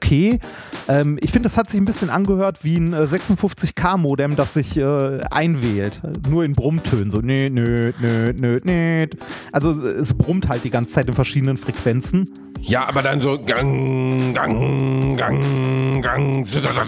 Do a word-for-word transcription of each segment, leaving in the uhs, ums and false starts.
okay. Ähm, ich finde, das hat sich ein bisschen angehört wie ein äh, sechsundfünfzig K Modem, das sich äh, einwählt. Nur in Brummtönen. So, nö, nö, nö, nö, nö. Also es brummt halt die ganze Zeit in verschiedenen Frequenzen. Ja, aber dann so Gang, Gang, Gang, Gang.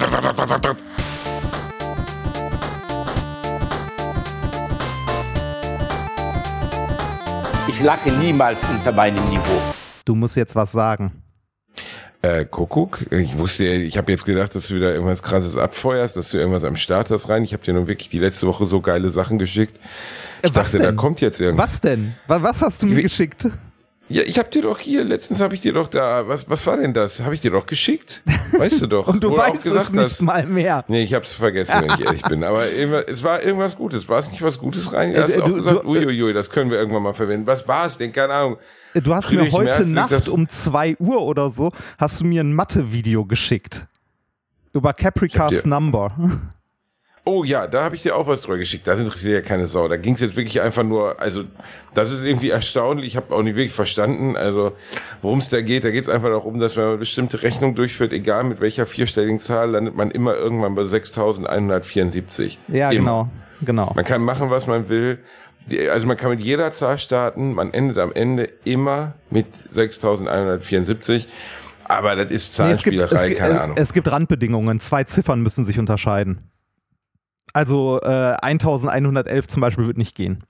Ich lache niemals unter meinem Niveau. Du musst jetzt was sagen. Äh, Kuckuck, ich wusste, ich habe jetzt gedacht, dass du wieder irgendwas Krasses abfeuerst, dass du irgendwas am Start hast rein. Ich habe dir nun wirklich die letzte Woche so geile Sachen geschickt. Ich äh, was dachte, denn? Da kommt jetzt irgendwas. Was denn? Was hast du mir Wie, geschickt? Ja, ich habe dir doch hier, letztens habe ich dir doch da, was was war denn das? Habe ich dir doch geschickt? Weißt du doch. Und du Oder weißt auch gesagt, es nicht dass, mal mehr. Nee, ich habe es vergessen, wenn ich ehrlich bin. Aber es war irgendwas Gutes. War es nicht was Gutes rein? Du hast äh, auch du, gesagt, du, uiuiui, das können wir irgendwann mal verwenden. Was war es denn? Keine Ahnung. Du hast Friedrich mir heute Merz, Nacht das, um zwei Uhr oder so, hast du mir ein Mathe-Video geschickt. Über Caprica's Number. Oh ja, da habe ich dir auch was drüber geschickt. Das interessiert ja keine Sau. Da ging es jetzt wirklich einfach nur, also das ist irgendwie erstaunlich. Ich habe auch nicht wirklich verstanden, also worum es da geht. Da geht es einfach darum, dass wenn man eine bestimmte Rechnung durchführt, egal mit welcher vierstelligen Zahl, landet man immer irgendwann bei sechstausendeinhundertvierundsiebzig. Ja, immer. genau, genau. Man kann machen, was man will. Also man kann mit jeder Zahl starten, man endet am Ende immer mit sechstausendeinhundertvierundsiebzig. Aber das ist Zahlenspielerei, nee, es gibt, keine es, Ahnung. Es gibt Randbedingungen. Zwei Ziffern müssen sich unterscheiden. Also äh, elfhundertelf zum Beispiel wird nicht gehen.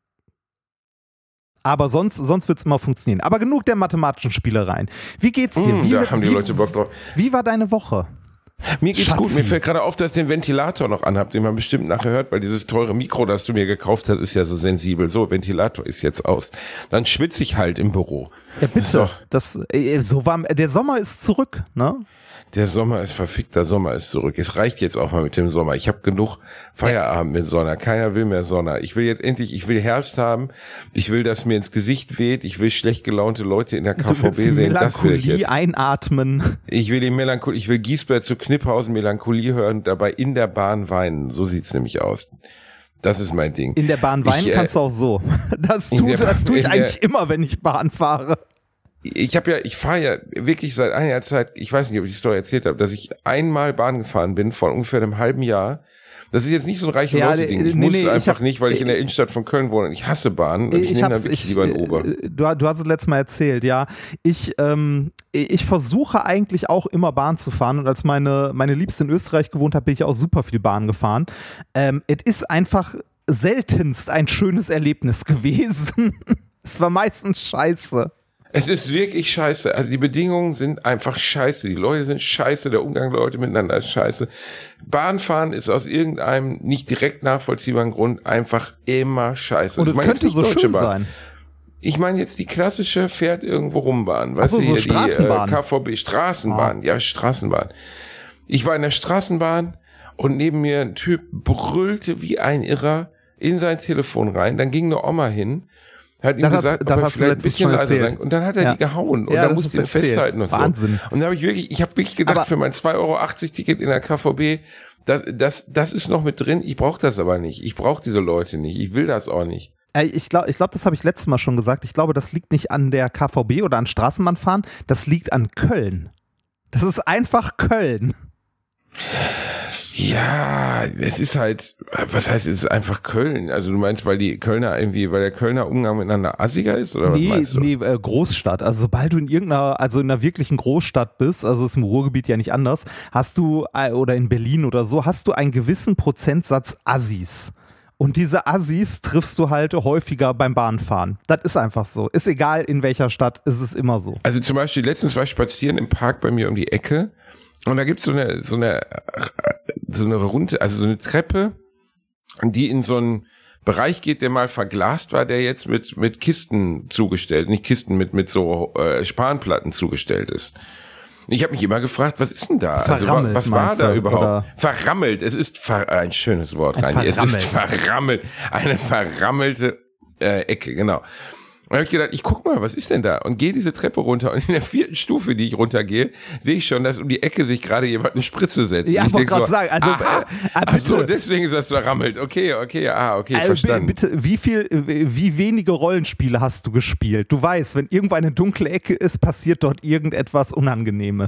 Aber sonst, sonst wird es immer funktionieren. Aber genug der mathematischen Spielereien. Wie geht's dir? Mm, wie, da haben die wie, Leute Bock drauf. Wie war deine Woche? Mir geht's Schatzi. gut. Mir fällt gerade auf, dass ich den Ventilator noch anhabt, den man bestimmt nachher hört, weil dieses teure Mikro, das du mir gekauft hast, ist ja so sensibel. So, Ventilator ist jetzt aus. Dann schwitze ich halt im Büro. Ja, bitte. So. Das, äh, so warm. Der Sommer ist zurück, ne? Der Sommer ist verfickter Sommer ist zurück. Es reicht jetzt auch mal mit dem Sommer. Ich habe genug Feierabend mit Sonne. Keiner will mehr Sonne. Ich will jetzt endlich, ich will Herbst haben. Ich will, dass mir ins Gesicht weht. Ich will schlecht gelaunte Leute in der K V B sehen. Das will ich jetzt. Einatmen. Ich will die Melancholie, ich will Giesbert zu Kniphausen Melancholie hören, dabei in der Bahn weinen. So sieht's nämlich aus. Das ist mein Ding. In der Bahn weinen ich, äh, kannst du auch so. Das tue das tu ich eigentlich der, immer, wenn ich Bahn fahre. Ich habe ja, ich fahre ja wirklich seit einiger Zeit, ich weiß nicht, ob ich die Story erzählt habe, dass ich einmal Bahn gefahren bin vor ungefähr einem halben Jahr. Das ist jetzt nicht so ein reiche ja, Leute-Ding. Ich nee, muss nee, einfach ich hab, nicht, weil ich in der Innenstadt von Köln wohne und ich hasse Bahn. Und ich, ich nehme dann wirklich ich, lieber ein Uber. Du, du hast es letztes Mal erzählt, ja. Ich, ähm, ich versuche eigentlich auch immer Bahn zu fahren und als meine, meine Liebste in Österreich gewohnt hat, bin ich auch super viel Bahn gefahren. Ähm, es ist einfach seltenst ein schönes Erlebnis gewesen. Es war meistens scheiße. Es ist wirklich scheiße. Also die Bedingungen sind einfach scheiße. Die Leute sind scheiße. Der Umgang der Leute miteinander ist scheiße. Bahnfahren ist aus irgendeinem nicht direkt nachvollziehbaren Grund einfach immer scheiße. Und es könnte so schön Bahn. sein. Ich meine jetzt die klassische fährt irgendwo rumbahn. Weißt Ach so, du, hier so Straßenbahn. Die äh, K V B, Straßenbahn. Ah. Ja, Straßenbahn. Ich war in der Straßenbahn und neben mir ein Typ brüllte wie ein Irrer in sein Telefon rein. Dann ging eine Oma hin, hat ihm das gesagt, hast, ob er vielleicht ein bisschen leiser sein. Und dann hat er ja. die gehauen. Und ja, dann musste ihn festhalten und Wahnsinn. so. Und da habe ich wirklich, ich habe wirklich gedacht, aber für mein zwei Euro achtzig Ticket in der K V B, das, das, das ist noch mit drin. Ich brauche das aber nicht. Ich brauche diese Leute nicht. Ich will das auch nicht. Ich glaube, ich glaub, das habe ich letztes Mal schon gesagt. Ich glaube, das liegt nicht an der K V B oder an Straßenbahnfahren. Das liegt an Köln. Das ist einfach Köln. Ja, es ist halt, was heißt, es ist einfach Köln? Also du meinst, weil die Kölner irgendwie, weil der Kölner Umgang miteinander assiger ist oder nee, was meinst du? Nee, äh, Großstadt. Also sobald du in irgendeiner, also in einer wirklichen Großstadt bist, also ist im Ruhrgebiet ja nicht anders, hast du, äh, oder in Berlin oder so, hast du einen gewissen Prozentsatz Assis. Und diese Assis triffst du halt häufiger beim Bahnfahren. Das ist einfach so. Ist egal in welcher Stadt, ist es immer so. Also zum Beispiel, letztens war ich spazieren im Park bei mir um die Ecke. Und da gibt's so eine, so eine, so eine Runde, also so eine Treppe, die in so einen Bereich geht, der mal verglast war, der jetzt mit, mit Kisten zugestellt, nicht Kisten, mit, mit so, äh, Spanplatten zugestellt ist. Ich habe mich immer gefragt, was ist denn da? Verrammelt, also was war da du, überhaupt? Oder? Verrammelt, es ist ver, ein schönes Wort, rein. Es ist verrammelt, eine verrammelte äh, Ecke, genau. Und dann habe ich gedacht, ich guck mal, was ist denn da? Und gehe diese Treppe runter und in der vierten Stufe, die ich runtergehe, sehe ich schon, dass um die Ecke sich gerade jemand eine Spritze setzt. Ja, ich wollte gerade so, sagen, also aha, äh, äh, ach so, deswegen ist das verrammelt. Okay, okay, ah, okay, äh, verstanden. Bitte, wie viel, wie wenige Rollenspiele hast du gespielt? Du weißt, wenn irgendwo eine dunkle Ecke ist, passiert dort irgendetwas Unangenehmes.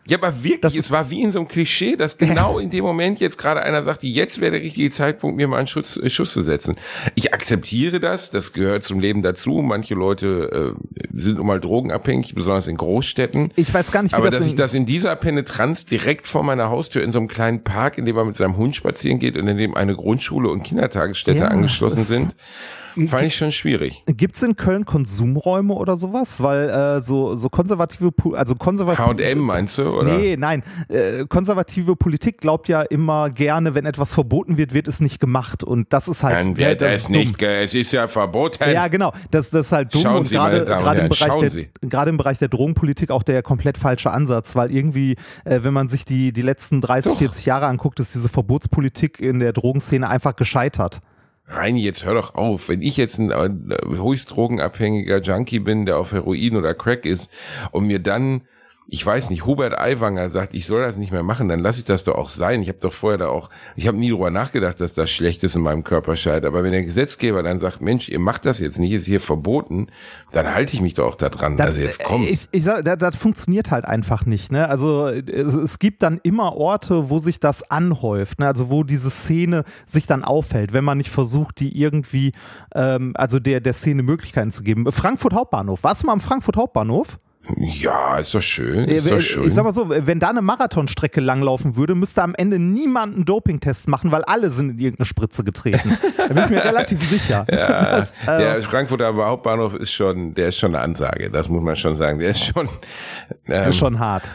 Ja, aber wirklich, das, es war wie in so einem Klischee, dass genau in dem Moment jetzt gerade einer sagt, jetzt wäre der richtige Zeitpunkt, mir mal einen Schuss, äh, Schuss zu setzen. Ich akzeptiere das, das gehört zum Leben dazu. Manche Leute äh, sind nun mal drogenabhängig, besonders in Großstädten. Ich weiß gar nicht, wie aber das dass in, ich das in dieser Penetranz direkt vor meiner Haustür in so einem kleinen Park, in dem man mit seinem Hund spazieren geht und in dem eine Grundschule und Kindertagesstätte ja, angeschlossen sind, fand ich schon schwierig. Gibt's in Köln Konsumräume oder sowas? Weil äh, so so konservative, also konservative H und M meinst du, oder? Nee, nein. Äh, konservative Politik glaubt ja immer gerne, wenn etwas verboten wird, wird es nicht gemacht. Und das ist halt. Dann wird ja, das es ist nicht, ge- es ist ja verboten. Ja, genau. Das, das ist halt dumm Schauen und Sie, meine gerade Damen und gerade im Herren, Bereich schauen der Sie. gerade im Bereich der Drogenpolitik auch der komplett falsche Ansatz, weil irgendwie, äh, wenn man sich die die letzten dreißig, Doch. vierzig Jahre anguckt, ist diese Verbotspolitik in der Drogenszene einfach gescheitert. Reini, jetzt hör doch auf. Wenn ich jetzt ein äh, höchst drogenabhängiger Junkie bin, der auf Heroin oder Crack ist und mir dann, ich weiß nicht, Hubert Aiwanger sagt, ich soll das nicht mehr machen, dann lasse ich das doch auch sein. Ich habe doch vorher da auch, ich habe nie drüber nachgedacht, dass das Schlechtes in meinem Körper scheint. Aber wenn der Gesetzgeber dann sagt, Mensch, ihr macht das jetzt nicht, ist hier verboten, dann halte ich mich doch auch da dran. Das, Also jetzt kommt. Ich, ich sag, das, das funktioniert halt einfach nicht. Ne? Also es, es gibt dann immer Orte, wo sich das anhäuft, ne? Also wo diese Szene sich dann aufhält, wenn man nicht versucht, die irgendwie, ähm, also der, der Szene Möglichkeiten zu geben. Frankfurt Hauptbahnhof. Warst du mal am Frankfurt Hauptbahnhof? Ja, ist doch schön, ist doch schön. Ich sag mal so, wenn da eine Marathonstrecke langlaufen würde, müsste am Ende niemand einen Dopingtest machen, weil alle sind in irgendeine Spritze getreten. Da bin ich mir relativ sicher. Ja, das, äh, der Frankfurter Hauptbahnhof ist schon, der ist schon eine Ansage, das muss man schon sagen. Der ist schon, ähm, das ist schon hart.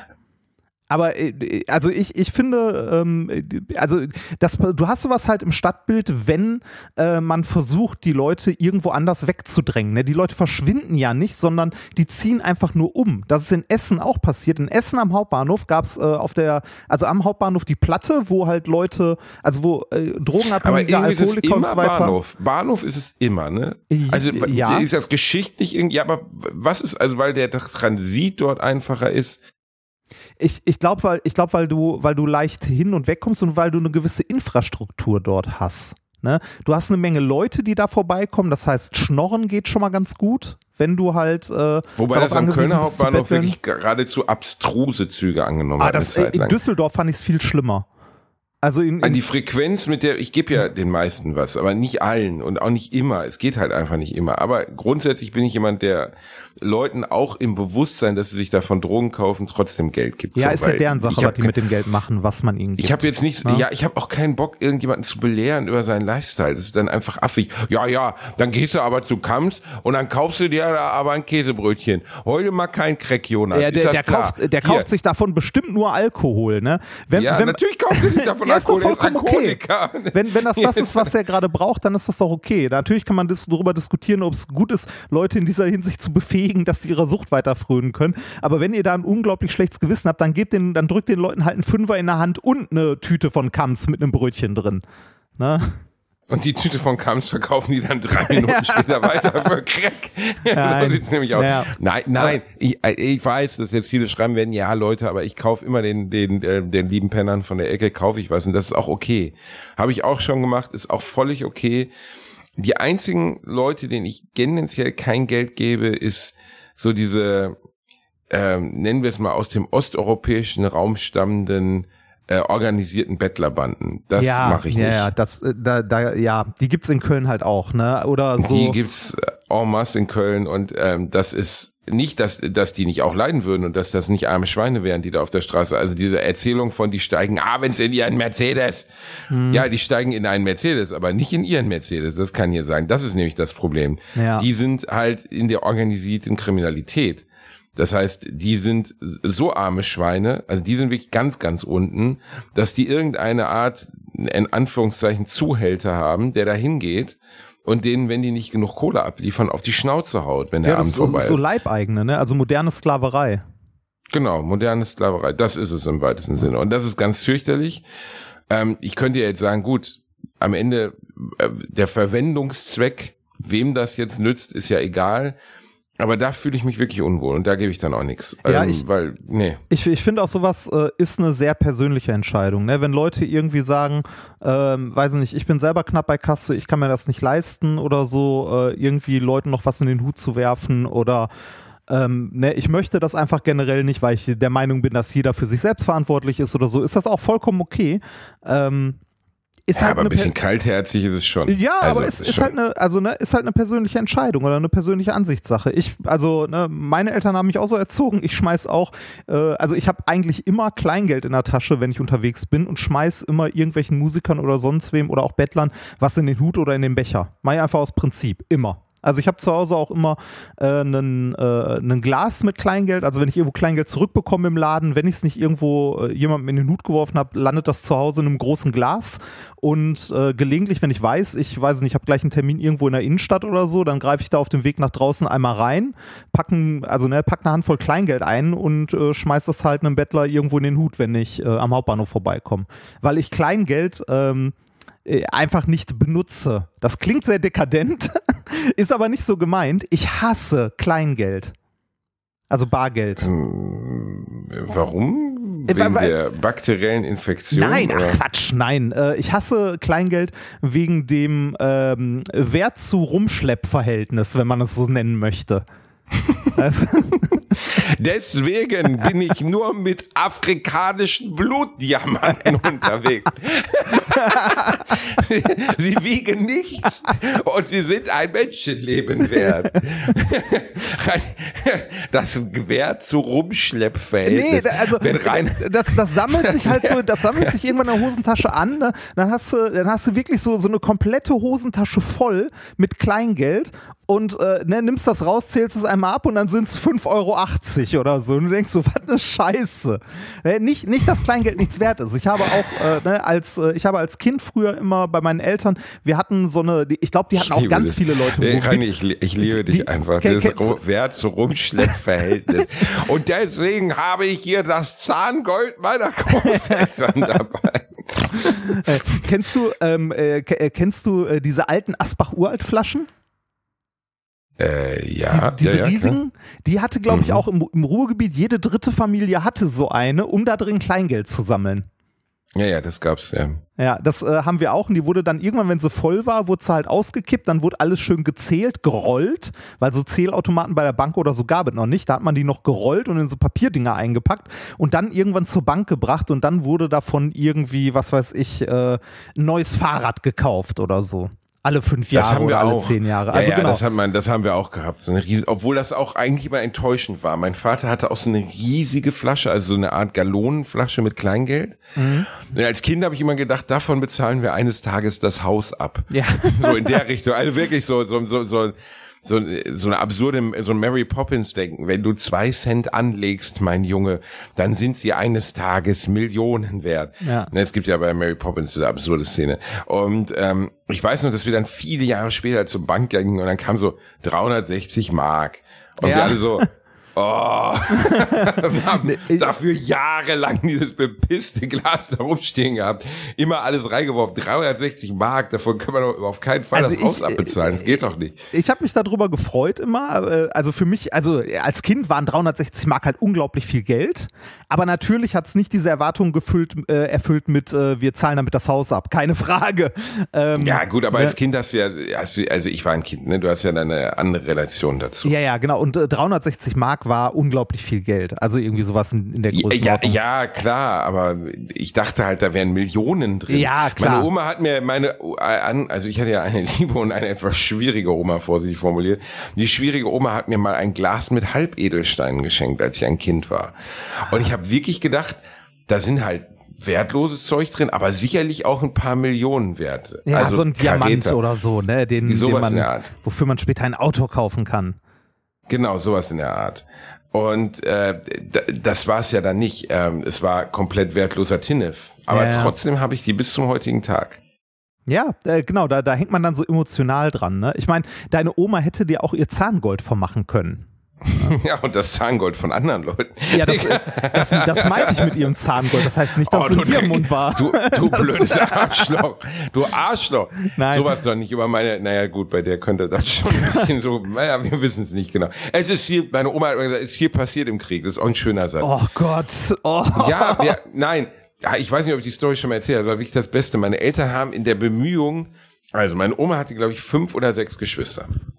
Aber äh, also ich, ich finde, ähm, also das, du hast sowas halt im Stadtbild, wenn äh, man versucht, die Leute irgendwo anders wegzudrängen. Ne? Die Leute verschwinden ja nicht, sondern die ziehen einfach nur um. Das ist in Essen auch passiert. In Essen am Hauptbahnhof gab es äh, auf der, also am Hauptbahnhof die Platte, wo halt Leute, also wo äh, Drogenabhängige, Alkoholiker und so weiter. Bahnhof. Bahnhof ist es immer, ne? Also ja. Ist das geschichtlich irgendwie, ja, aber was ist, also weil der Transit dort einfacher ist? Ich, ich glaube, weil, ich glaub, weil, du, weil du leicht hin und weg kommst und weil du eine gewisse Infrastruktur dort hast. Ne? Du hast eine Menge Leute, die da vorbeikommen. Das heißt, Schnorren geht schon mal ganz gut, wenn du halt. Äh, Wobei das am Kölner Hauptbahnhof wirklich geradezu abstruse Züge angenommen ah, hat. Das, äh, in Düsseldorf fand ich es viel schlimmer. Also in, in die Frequenz, mit der, ich gebe ja den meisten was, aber nicht allen und auch nicht immer. Es geht halt einfach nicht immer. Aber grundsätzlich bin ich jemand, der Leuten auch im Bewusstsein, dass sie sich davon Drogen kaufen, trotzdem Geld gibt. Ja, so, ist ja deren Sache, was die mit dem Geld machen, was man ihnen gibt. Ich habe jetzt nicht, ja, ja ich habe auch keinen Bock, irgendjemanden zu belehren über seinen Lifestyle. Das ist dann einfach affig. Ja, ja, dann gehst du aber zu Kamps und dann kaufst du dir da aber ein Käsebrötchen. Heute mal kein Crack, Jonas. Ja, der, der, kauft, der kauft sich davon bestimmt nur Alkohol, ne? Wenn, ja, wenn, natürlich kauft er sich davon ja, ist doch Alkohol. vollkommen okay. Wenn, wenn das das ist, was er gerade braucht, dann ist das doch okay. Natürlich kann man dis- darüber diskutieren, ob es gut ist, Leute in dieser Hinsicht zu befähigen, dass sie ihrer Sucht weiter frönen können. Aber wenn ihr da ein unglaublich schlechtes Gewissen habt, dann gebt den, dann drückt den Leuten halt einen Fünfer in der Hand und eine Tüte von Kamps mit einem Brötchen drin. Na? Und die Tüte von Kamps verkaufen die dann drei Minuten ja. später weiter für Crack. Nein. So sieht's nämlich aus. Ja. Nein, nein, ich, ich weiß, dass jetzt viele schreiben werden, ja Leute, aber ich kaufe immer den, den, den, den lieben Pennern von der Ecke, kaufe ich was und das ist auch okay. Habe ich auch schon gemacht, ist auch völlig okay. Die einzigen Leute, denen ich tendenziell kein Geld gebe, ist so diese, ähm, nennen wir es mal aus dem osteuropäischen Raum stammenden Äh, organisierten Bettlerbanden. Das ja, mache ich ja, nicht. Ja, das, da, da, ja, die gibt's in Köln halt auch, ne? Oder so. Die gibt's en masse in Köln und ähm, das ist nicht, dass dass die nicht auch leiden würden und dass das nicht arme Schweine wären, die da auf der Straße, also diese Erzählung von, die steigen abends in ihren Mercedes. Hm. Ja, die steigen in einen Mercedes, aber nicht in ihren Mercedes, das kann hier sein. Das ist nämlich das Problem. Ja. Die sind halt in der organisierten Kriminalität. Das heißt, die sind so arme Schweine, also die sind wirklich ganz, ganz unten, dass die irgendeine Art, in Anführungszeichen, Zuhälter haben, der da hingeht und denen, wenn die nicht genug Kohle abliefern, auf die Schnauze haut, wenn der ja, Abend das vorbei ist. ist. So Leibeigene, ne? Also moderne Sklaverei. Genau, moderne Sklaverei, das ist es im weitesten Sinne. Und das ist ganz fürchterlich. Ähm, ich könnte jetzt sagen, gut, am Ende äh, der Verwendungszweck, wem das jetzt nützt, ist ja egal. Aber da fühle ich mich wirklich unwohl und da gebe ich dann auch nichts. Ja, ähm, ich, weil, nee. Ich, ich finde auch sowas äh, ist eine sehr persönliche Entscheidung. Ne? Wenn Leute irgendwie sagen, ähm, weiß ich nicht, ich bin selber knapp bei Kasse, ich kann mir das nicht leisten oder so, äh, irgendwie Leuten noch was in den Hut zu werfen oder Ähm, ne, ich möchte das einfach generell nicht, weil ich der Meinung bin, dass jeder für sich selbst verantwortlich ist oder so, ist das auch vollkommen okay. Ähm, Ist ja, halt aber ein bisschen kaltherzig ist es schon. Ja, also, aber es ist, ist halt eine, also ne, ist halt eine persönliche Entscheidung oder eine persönliche Ansichtssache. Ich, also ne, meine Eltern haben mich auch so erzogen. Ich schmeiß auch, äh, also ich habe eigentlich immer Kleingeld in der Tasche, wenn ich unterwegs bin und schmeiß immer irgendwelchen Musikern oder sonst wem oder auch Bettlern was in den Hut oder in den Becher. Mach ich einfach aus Prinzip, immer. Also ich habe zu Hause auch immer äh, ein äh, Glas mit Kleingeld. Also wenn ich irgendwo Kleingeld zurückbekomme im Laden, wenn ich es nicht irgendwo äh, jemandem in den Hut geworfen habe, landet das zu Hause in einem großen Glas. Und äh, gelegentlich, wenn ich weiß, ich weiß nicht, ich habe gleich einen Termin irgendwo in der Innenstadt oder so, dann greife ich da auf dem Weg nach draußen einmal rein, packen, also ne, pack eine Handvoll Kleingeld ein und äh, schmeiß das halt einem Bettler irgendwo in den Hut, wenn ich äh, am Hauptbahnhof vorbeikomme. Weil ich Kleingeld ähm, einfach nicht benutze. Das klingt sehr dekadent, ist aber nicht so gemeint. Ich hasse Kleingeld. Also Bargeld. Hm, warum? Äh, Wegen weil, der bakteriellen Infektion? Nein, oder? ach Quatsch, nein. Äh, ich hasse Kleingeld wegen dem ähm, Wert-zu-Rumschlepp-Verhältnis, wenn man es so nennen möchte. Also, deswegen bin ich nur mit afrikanischen Blutdiamanten unterwegs. Sie wiegen nichts und sie sind ein Menschenleben wert. Das Wert zu Rumschleppverhältnis. Nee, also rein das, das sammelt sich halt so, das sammelt sich irgendwann in der Hosentasche an, ne? Dann hast du, dann hast du wirklich so, so eine komplette Hosentasche voll mit Kleingeld. Und äh, ne, nimmst das raus, zählst es einmal ab und dann sind es fünf Euro achtzig oder so. Und du denkst so, was eine Scheiße. Ne, nicht, nicht, dass Kleingeld nichts wert ist. Ich habe auch, äh, ne, als, äh, ich habe als Kind früher immer bei meinen Eltern, wir hatten so eine, ich glaube, die hatten auch ganz das. viele Leute. Nee, Reini, ich, ich liebe dich die, einfach. die, Das ist Wert zu Rumschleppverhältnis. Und deswegen habe ich hier das Zahngold meiner Großeltern dabei. Äh, kennst du, ähm, äh, kennst du äh, diese alten Asbach-Uralt-Flaschen? Äh, ja. Diese, diese ja, ja, riesigen, klar. die hatte, glaube ich, Mhm. auch im, im Ruhrgebiet, jede dritte Familie hatte so eine, um da drin Kleingeld zu sammeln. Ja, ja, das gab's, ja. Ja, das äh, haben wir auch und die wurde dann irgendwann, wenn sie voll war, wurde sie halt ausgekippt, dann wurde alles schön gezählt, gerollt, weil so Zählautomaten bei der Bank oder so gab es noch nicht, da hat man die noch gerollt und in so Papierdinger eingepackt und dann irgendwann zur Bank gebracht und dann wurde davon irgendwie, was weiß ich, äh, ein neues Fahrrad gekauft oder so. Alle fünf Jahre das haben wir oder alle auch. zehn Jahre. Ja, Also ja, genau. das, hat man, das haben wir auch gehabt. So eine riesen, obwohl das auch eigentlich immer enttäuschend war. Mein Vater hatte auch so eine riesige Flasche, also so eine Art Gallonenflasche mit Kleingeld. Mhm. Und als Kind habe ich immer gedacht, davon bezahlen wir eines Tages das Haus ab. Ja. So in der Richtung. Also wirklich so, so, so, so, so, so eine absurde, so ein Mary Poppins denken. Wenn du zwei Cent anlegst, mein Junge, dann sind sie eines Tages Millionen wert. Ja. Es gibt ja bei Mary Poppins diese absurde Szene. Und ähm, ich weiß nur, dass wir dann viele Jahre später zur Bank gingen und dann kam so dreihundertsechzig Mark. Und Ja. wir alle so, oh, wir haben Nee, ich- dafür jahrelang dieses bepisste Glas da rumstehen gehabt. Immer alles reingeworfen. dreihundertsechzig Mark, davon können wir doch auf keinen Fall Also das Haus ich- abbezahlen. Das geht doch nicht. Ich habe mich darüber gefreut immer. äh, Also für mich, also als Kind waren dreihundertsechzig Mark halt unglaublich viel Geld. Aber natürlich hat es nicht diese Erwartungen gefüllt, äh, erfüllt mit, äh, wir zahlen damit das Haus ab. Keine Frage. Ähm, Ja, gut, aber ne? als Kind hast du ja, hast du, also ich war ein Kind, ne? Du hast ja eine andere Relation dazu. Ja, ja, genau. Und äh, dreihundertsechzig Mark war unglaublich viel Geld. Also irgendwie sowas in, in der Ja, Größenordnung. ja, klar, aber ich dachte halt, da wären Millionen drin. Ja, klar. Meine Oma hat mir meine, also ich hatte ja eine liebe und eine etwas schwierige Oma, vorsichtig formuliert. Die schwierige Oma hat mir mal ein Glas mit Halbedelsteinen geschenkt, als ich ein Kind war. Und ich habe wirklich gedacht, da sind halt wertloses Zeug drin, aber sicherlich auch ein paar Millionen wert. Ja, also so ein Diamant Karäter. oder so, ne? Den, den Sowas in der man, Art. wofür man später ein Auto kaufen kann. Genau, sowas in der Art. Und äh, d- das war es ja dann nicht. Ähm, es war komplett wertloser Tinnef. Aber Ja, ja. trotzdem habe ich die bis zum heutigen Tag. Ja, äh, genau, da, da hängt man dann so emotional dran, ne? Ich meine, deine Oma hätte dir auch ihr Zahngold vermachen können. Ja, und das Zahngold von anderen Leuten. Ja, das, äh, das, das meinte ich mit ihrem Zahngold. Das heißt nicht, dass Oh, es in du ihrem Dreck. Mund war. Du, du blödes Arschloch. Du Arschloch. Nein. Sowas doch nicht über meine, naja gut, bei der könnte das schon ein bisschen so, naja, wir wissen es nicht genau. Es ist hier, meine Oma hat immer gesagt, es ist hier passiert im Krieg. Das ist auch ein schöner Satz. Oh Gott. Oh. Ja, wir, nein. Ja, ich weiß nicht, ob ich die Story schon mal erzählt habe, aber wirklich das Beste. Meine Eltern haben in der Bemühung, also meine Oma hatte, glaube ich, fünf oder sechs Geschwister.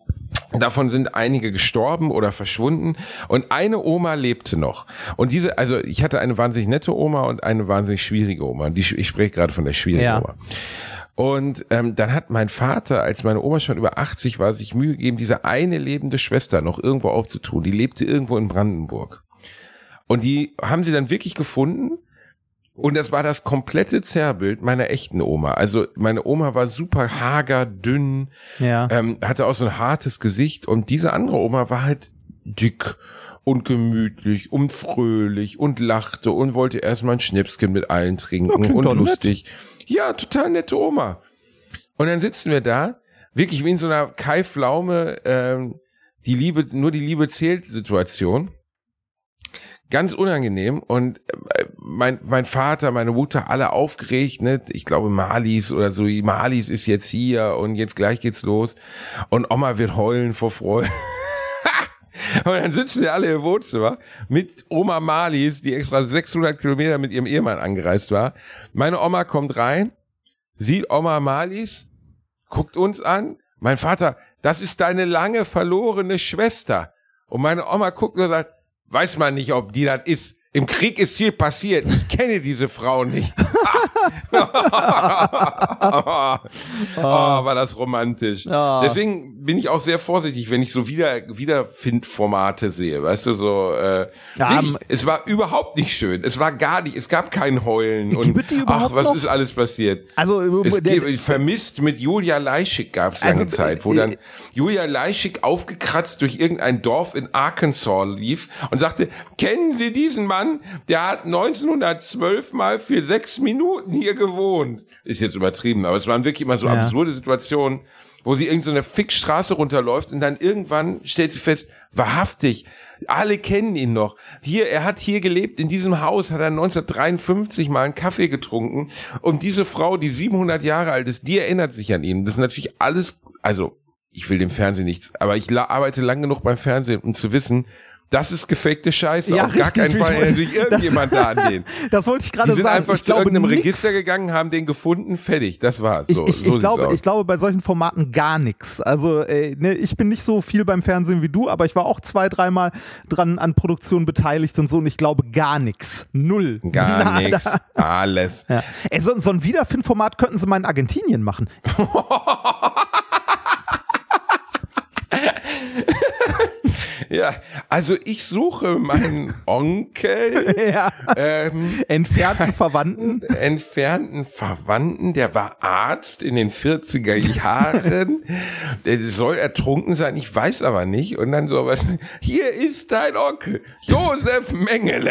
Davon sind einige gestorben oder verschwunden und eine Oma lebte noch. Und diese, also ich hatte eine wahnsinnig nette Oma und eine wahnsinnig schwierige Oma. Die, ich spreche gerade von der schwierigen ja. Oma. Und ähm, dann hat mein Vater, als meine Oma schon über achtzig war, sich Mühe gegeben, diese eine lebende Schwester noch irgendwo aufzutun. Die lebte irgendwo in Brandenburg. Und die haben sie dann wirklich gefunden. Und das war das komplette Zerrbild meiner echten Oma. Also meine Oma war super hager, dünn, ja. ähm, hatte auch so ein hartes Gesicht. Und diese andere Oma war halt dick und gemütlich und fröhlich und lachte und wollte erstmal ein Schnäpschen mit allen trinken ja, und lustig. Nett. Ja, total nette Oma. Und dann sitzen wir da, wirklich wie in so einer Kai Pflaume, ähm, die Liebe, nur die Liebe zählt Situation. Ganz unangenehm und mein mein Vater, meine Mutter, alle aufgeregt, ne? Ich glaube Marlies oder so, Marlies ist jetzt hier und jetzt gleich geht's los und Oma wird heulen vor Freude. Und dann sitzen wir alle im Wohnzimmer mit Oma Marlies, die extra sechshundert Kilometer mit ihrem Ehemann angereist war. Meine Oma kommt rein, sieht Oma Marlies, guckt uns an. Mein Vater, das ist deine lange verlorene Schwester. Und meine Oma guckt und sagt, weiß man nicht, ob die das ist. Im Krieg ist viel passiert. Ich kenne diese Frau nicht. oh, war das romantisch. Oh. Deswegen bin ich auch sehr vorsichtig, wenn ich so wieder Wiederfindformate sehe. Weißt du, so äh, ja, wirklich, es war überhaupt nicht schön. Es war gar nicht, es gab kein Heulen. Und ach, was noch? Ist alles passiert? Also es der, gibt, vermisst mit Julia Leischig gab es lange also, Zeit, wo dann Julia Leischig aufgekratzt durch irgendein Dorf in Arkansas lief und sagte, kennen Sie diesen Mann? Der hat neunzehnhundertzwölf mal für sechs Minuten hier gewohnt. Ist jetzt übertrieben, aber es waren wirklich immer so ja. absurde Situationen, wo sie irgend so eine Fickstraße runterläuft und dann irgendwann stellt sie fest, wahrhaftig, alle kennen ihn noch. Hier, er hat hier gelebt, in diesem Haus hat er neunzehnhundertdreiundfünfzig mal einen Kaffee getrunken und diese Frau, die siebenhundert Jahre alt ist, die erinnert sich an ihn. Das ist natürlich alles, also ich will dem Fernsehen nichts, aber ich arbeite lang genug beim Fernsehen, um zu wissen, das ist gefakte Scheiße. Ja, Auf gar keinen Fall erinnert sich irgendjemand da an den. Das wollte ich gerade sagen. Die sind einfach ich zu glaube, irgendeinem nix. Register gegangen, haben den gefunden, fertig. Das war's. So, ich ich, so ich, glaube, aus. ich glaube, bei solchen Formaten gar nichts. Also äh, ne, ich bin nicht so viel beim Fernsehen wie du, aber ich war auch zwei, dreimal dran an Produktion beteiligt und so und ich glaube gar nichts. Null. Gar nichts. Alles. Ja. Ey, so, so ein Wiederfindformat könnten sie mal in Argentinien machen. Ja, also ich suche meinen Onkel, ja. ähm, entfernten Verwandten, entfernten Verwandten, der war Arzt in den vierziger Jahren, der soll ertrunken sein, ich weiß aber nicht, und dann so was, hier ist dein Onkel, Josef Mengele.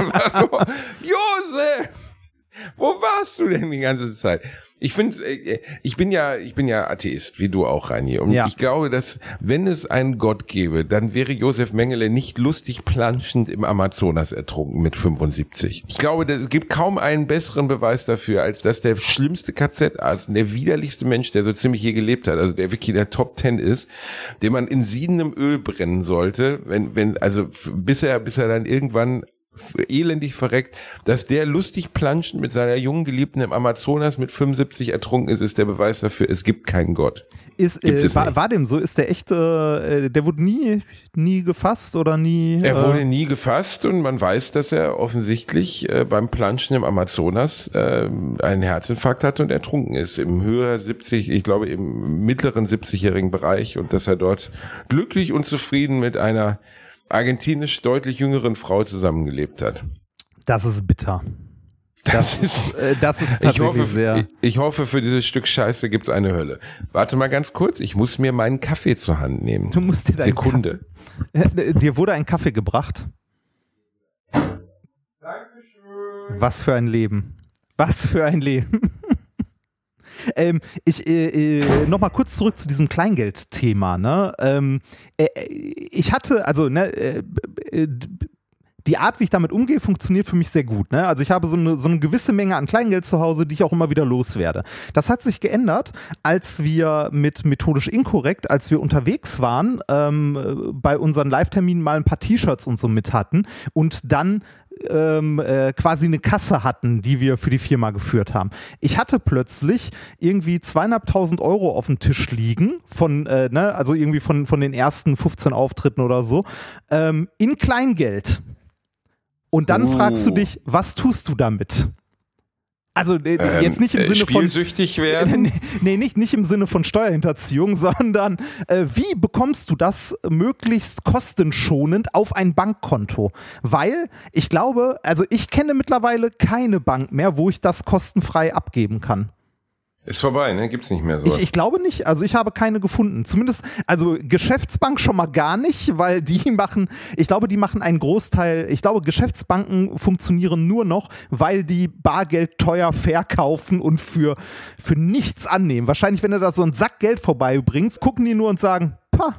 Josef, wo warst du denn die ganze Zeit? Ich finde, ich bin ja, ich bin ja Atheist, wie du auch, Reini. Und ja. ich glaube, dass, wenn es einen Gott gäbe, dann wäre Josef Mengele nicht lustig planschend im Amazonas ertrunken mit fünfundsiebzig. Ich glaube, es gibt kaum einen besseren Beweis dafür, als dass der schlimmste K Z-Arzt, der widerlichste Mensch, der so ziemlich je gelebt hat, also der wirklich in der Top Ten ist, den man in siedendem Öl brennen sollte, wenn, wenn, also bis er, bis er dann irgendwann elendig verreckt, dass der lustig planschend mit seiner jungen Geliebten im Amazonas mit fünfundsiebzig ertrunken ist, ist der Beweis dafür, es gibt keinen Gott. Ist, äh, war, war dem so? Ist der echte, äh, der wurde nie, nie gefasst oder nie? Er wurde äh, nie gefasst und man weiß, dass er offensichtlich äh, beim Planschen im Amazonas äh, einen Herzinfarkt hatte und ertrunken ist. Im höher siebzig, ich glaube im mittleren siebzigjährigen Bereich und dass er dort glücklich und zufrieden mit einer argentinisch deutlich jüngeren Frau zusammengelebt hat. Das ist bitter. Das, das ist, äh, das ist tatsächlich ich hoffe, sehr. Ich, ich hoffe, für dieses Stück Scheiße gibt's eine Hölle. Warte mal ganz kurz, ich muss mir meinen Kaffee zur Hand nehmen. Du musst dir deinen Sekunde. Kaffee, dir wurde ein Kaffee gebracht. Dankeschön. Was für ein Leben. Was für ein Leben. Ähm, ich äh, äh, noch mal kurz zurück zu diesem Kleingeld-Thema. Ne? Ähm, äh, ich hatte, also ne, äh, äh, die Art, wie ich damit umgehe, funktioniert für mich sehr gut. Ne? Also ich habe so eine, so eine gewisse Menge an Kleingeld zu Hause, die ich auch immer wieder loswerde. Das hat sich geändert, als wir mit Methodisch Inkorrekt, als wir unterwegs waren, ähm, bei unseren Live-Terminen mal ein paar T-Shirts und so mit hatten und dann ähm, äh, quasi eine Kasse hatten, die wir für die Firma geführt haben. Ich hatte plötzlich irgendwie zweieinhalbtausend Euro auf dem Tisch liegen, von, äh, ne, also irgendwie von, von den ersten fünfzehn Auftritten oder so, ähm, in Kleingeld. Und dann uh. fragst du dich, was tust du damit? Also äh, ähm, jetzt nicht im äh, Sinne von spielsüchtig werden? nee, nee, nicht, nicht im Sinne von Steuerhinterziehung, sondern äh, wie bekommst du das möglichst kostenschonend auf ein Bankkonto? Weil ich glaube, also ich kenne mittlerweile keine Bank mehr, wo ich das kostenfrei abgeben kann. Ist vorbei, ne? Gibt's nicht mehr so. Ich, ich glaube nicht, also ich habe keine gefunden. Zumindest, also Geschäftsbank schon mal gar nicht, weil die machen, ich glaube, die machen einen Großteil, ich glaube, Geschäftsbanken funktionieren nur noch, weil die Bargeld teuer verkaufen und für, für nichts annehmen. Wahrscheinlich, wenn du da so einen Sack Geld vorbeibringst, gucken die nur und sagen, pah.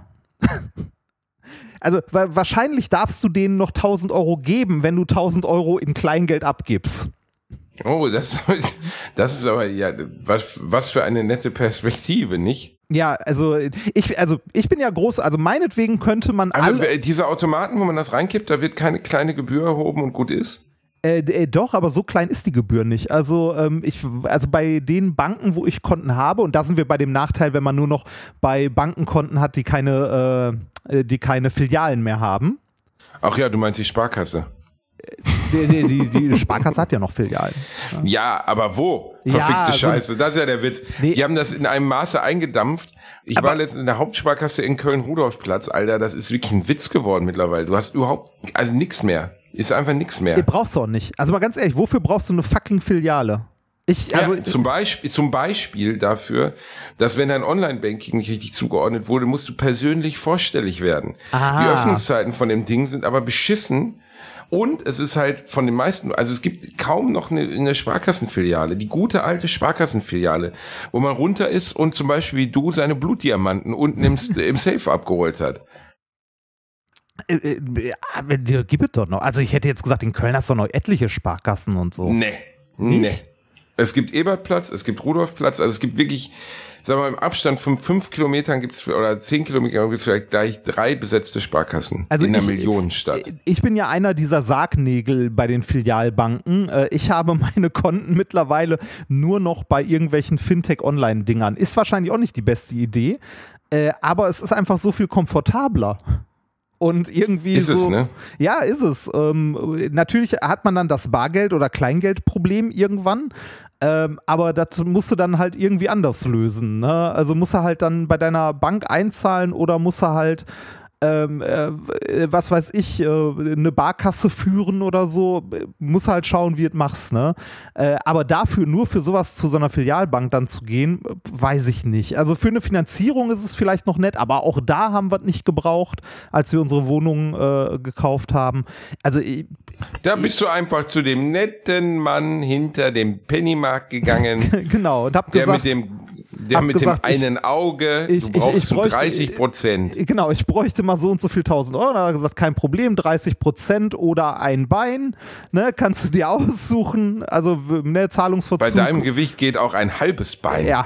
Also wahrscheinlich darfst du denen noch tausend Euro geben, wenn du tausend Euro in Kleingeld abgibst. Oh, das, das ist aber, ja, was, was für eine nette Perspektive, nicht? Ja, also ich, also ich bin ja groß, also meinetwegen könnte man alle... Aber diese Automaten, wo man das reinkippt, da wird keine kleine Gebühr erhoben und gut ist? Äh, äh, doch, aber so klein ist die Gebühr nicht. Also, ähm, ich, also bei den Banken, wo ich Konten habe, und da sind wir bei dem Nachteil, wenn man nur noch bei Bankenkonten hat, die keine, äh, die keine Filialen mehr haben. Ach ja, du meinst die Sparkasse. Die, die, die, die Sparkasse hat ja noch Filialen. Ja, ja, aber wo? Verfickte ja, also, Scheiße, das ist ja der Witz. Nee, die haben das in einem Maße eingedampft. Ich war letztens in der Hauptsparkasse in Köln-Rudolfplatz, Alter, das ist wirklich ein Witz geworden mittlerweile. Du hast überhaupt, also nix mehr. Ist einfach nix mehr. Du brauchst du auch nicht. Also mal ganz ehrlich, wofür brauchst du eine fucking Filiale? Ich, also ja, zum Beispiel, zum Beispiel dafür, dass wenn dein Online-Banking nicht richtig zugeordnet wurde, musst du persönlich vorstellig werden. Aha. Die Öffnungszeiten von dem Ding sind aber beschissen. Und es ist halt von den meisten, also es gibt kaum noch eine, eine Sparkassenfiliale, die gute alte Sparkassenfiliale, wo man runter ist und zum Beispiel wie du seine Blutdiamanten unten im, im Safe abgeholt hat. Äh, äh, gibt es doch noch. Also ich hätte jetzt gesagt, in Köln hast du noch etliche Sparkassen und so. Nee, Nicht? nee. Es gibt Ebertplatz, es gibt Rudolfplatz, also es gibt wirklich, sagen wir mal, im Abstand von fünf Kilometern gibt's oder zehn Kilometern gibt's vielleicht gleich drei besetzte Sparkassen also in der ich, Millionenstadt. Ich bin ja einer dieser Sargnägel bei den Filialbanken. Ich habe meine Konten mittlerweile nur noch bei irgendwelchen Fintech-Online-Dingern. Ist wahrscheinlich auch nicht die beste Idee, aber es ist einfach so viel komfortabler. Und irgendwie ist so. Es, ne? Ja, ist es. Ähm, natürlich hat man dann das Bargeld- oder Kleingeldproblem irgendwann, ähm, aber das musst du dann halt irgendwie anders lösen. Ne? Also musst du halt dann bei deiner Bank einzahlen oder musst du halt Ähm, äh, was weiß ich, äh, eine Barkasse führen oder so, muss halt schauen, wie du es machst, ne? Äh, aber dafür, nur für sowas zu so einer Filialbank dann zu gehen, weiß ich nicht. Also für eine Finanzierung ist es vielleicht noch nett, aber auch da haben wir es nicht gebraucht, als wir unsere Wohnung äh, gekauft haben. Also ich, Da bist du einfach zu dem netten Mann hinter dem Pennymarkt gegangen. Genau, und hab der gesagt, mit dem Der mit gesagt, dem einen ich, Auge, ich, du brauchst ich, ich bräuchte, dreißig Prozent. Genau, ich bräuchte mal so und so viel tausend Euro. Dann hat er gesagt, kein Problem, dreißig Prozent oder ein Bein, ne, kannst du dir aussuchen. Also, ne, Zahlungsverzug. Bei deinem Gewicht geht auch ein halbes Bein. Ja.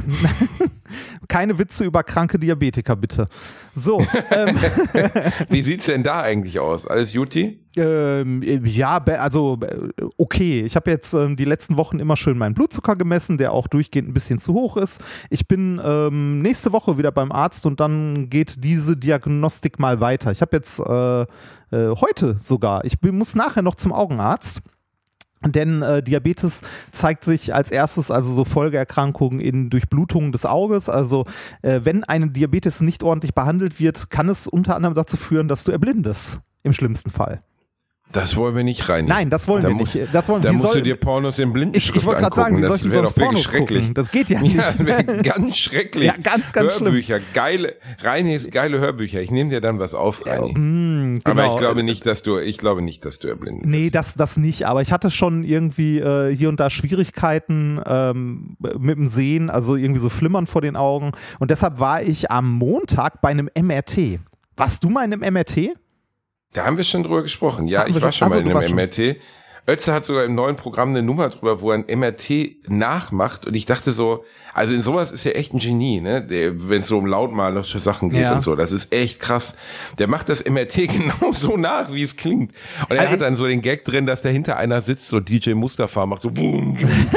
Keine Witze über kranke Diabetiker, bitte. So. ähm, Wie sieht's denn da eigentlich aus? Alles Juti? Ähm, ja, also okay. Ich habe jetzt ähm, die letzten Wochen immer schön meinen Blutzucker gemessen, der auch durchgehend ein bisschen zu hoch ist. Ich bin ähm, nächste Woche wieder beim Arzt und dann geht diese Diagnostik mal weiter. Ich habe jetzt äh, äh, heute sogar, ich bin, muss nachher noch zum Augenarzt. Denn äh, Diabetes zeigt sich als erstes, also so Folgeerkrankungen in Durchblutungen des Auges. Also äh, wenn eine Diabetes nicht ordentlich behandelt wird, kann es unter anderem dazu führen, dass du erblindest, im schlimmsten Fall. Das wollen wir nicht rein. Nein, das wollen da wir muss, nicht. Das wollen, da wie musst soll, du dir Pornos in Blindenschrift Ich, ich wollte gerade sagen, wie soll ich denn sonst Pornos schrecklich. gucken? Das geht ja nicht. Ja, das wäre ganz schrecklich. Ja, ganz, ganz Hörbücher, schlimm. geile, Reinis, geile Hörbücher. Ich nehme dir dann was auf, Reini. Ja, mh, genau. Aber ich glaube nicht, dass du, ich glaube nicht, dass du erblindet Nee, bist. das, das nicht. Aber ich hatte schon irgendwie äh, hier und da Schwierigkeiten ähm, mit dem Sehen, also irgendwie so Flimmern vor den Augen. Und deshalb war ich am Montag bei einem M R T. Warst du mal in einem M R T? Da haben wir schon drüber gesprochen. Ja, Haben ich wir war schon- schon mal Ach so, in du einem warst M R T. Ötze hat sogar im neuen Programm eine Nummer drüber, wo er ein M R T nachmacht und ich dachte so, also in sowas ist er echt ein Genie, ne? Wenn es so um lautmalerische Sachen geht ja. und so, das ist echt krass. Der macht das M R T genau so nach, wie es klingt. Und er also hat dann so den Gag drin, dass dahinter einer sitzt, so D J Mustafa macht so boom.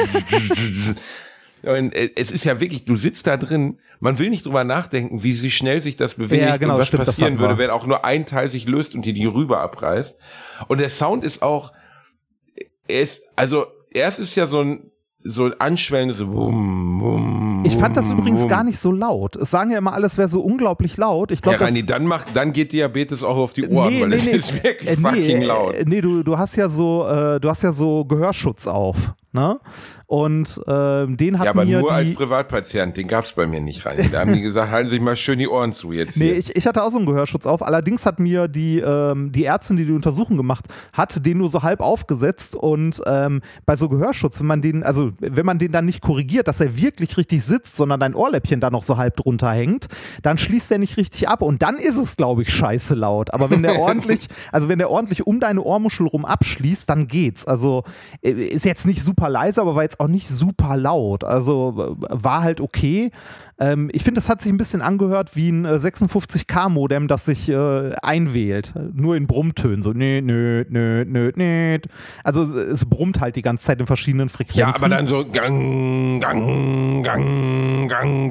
Und es ist ja wirklich, du sitzt da drin, man will nicht drüber nachdenken, wie sie schnell sich das bewegt ja, genau, und was stimmt, passieren würde, wenn auch nur ein Teil sich löst und dir die rüber abreißt. Und der Sound ist auch, er ist, also erst ist ja so ein so ein anschwellendes Wum, Wum, Ich fand das übrigens Wum. gar nicht so laut. Es sagen ja immer, alles wäre so unglaublich laut. Ich glaube, ja, Reini, dann macht, dann geht Diabetes auch auf die Ohren, nee, weil nee, es nee, ist wirklich äh, fucking nee, laut. Äh, nee, du, du hast ja so, äh, du hast ja so Gehörschutz auf, ne? Und äh, den hat Ja, aber mir nur die, als Privatpatient, den gab's bei mir nicht, Reini. Da haben die gesagt, halten Sie sich mal schön die Ohren zu jetzt Nee, hier. ich, ich hatte auch so einen Gehörschutz auf. Allerdings hat mir die, ähm, die Ärztin, die die Untersuchung gemacht hat, den nur so halb aufgesetzt. Und ähm, bei so Gehörschutz, wenn man den, also wenn man den dann nicht korrigiert, dass er wirklich richtig sitzt, sondern dein Ohrläppchen da noch so halb drunter hängt, dann schließt der nicht richtig ab. Und dann ist es, glaube ich, scheiße laut. Aber wenn der ordentlich, also wenn der ordentlich um deine Ohrmuschel rum abschließt, dann geht's. Also ist jetzt nicht super leise, aber war jetzt auch nicht super laut. Also war halt okay. Ähm, ich finde, das hat sich ein bisschen angehört wie ein äh, sechsundfünfzig K Modem, das sich äh, einwählt. Nur in Brummtönen. So nö, nö, nö, nö, nö. Also es brummt halt die ganze Zeit in verschiedenen Frequenzen. Ja, aber dann so Gang, Gang, Gang, Gang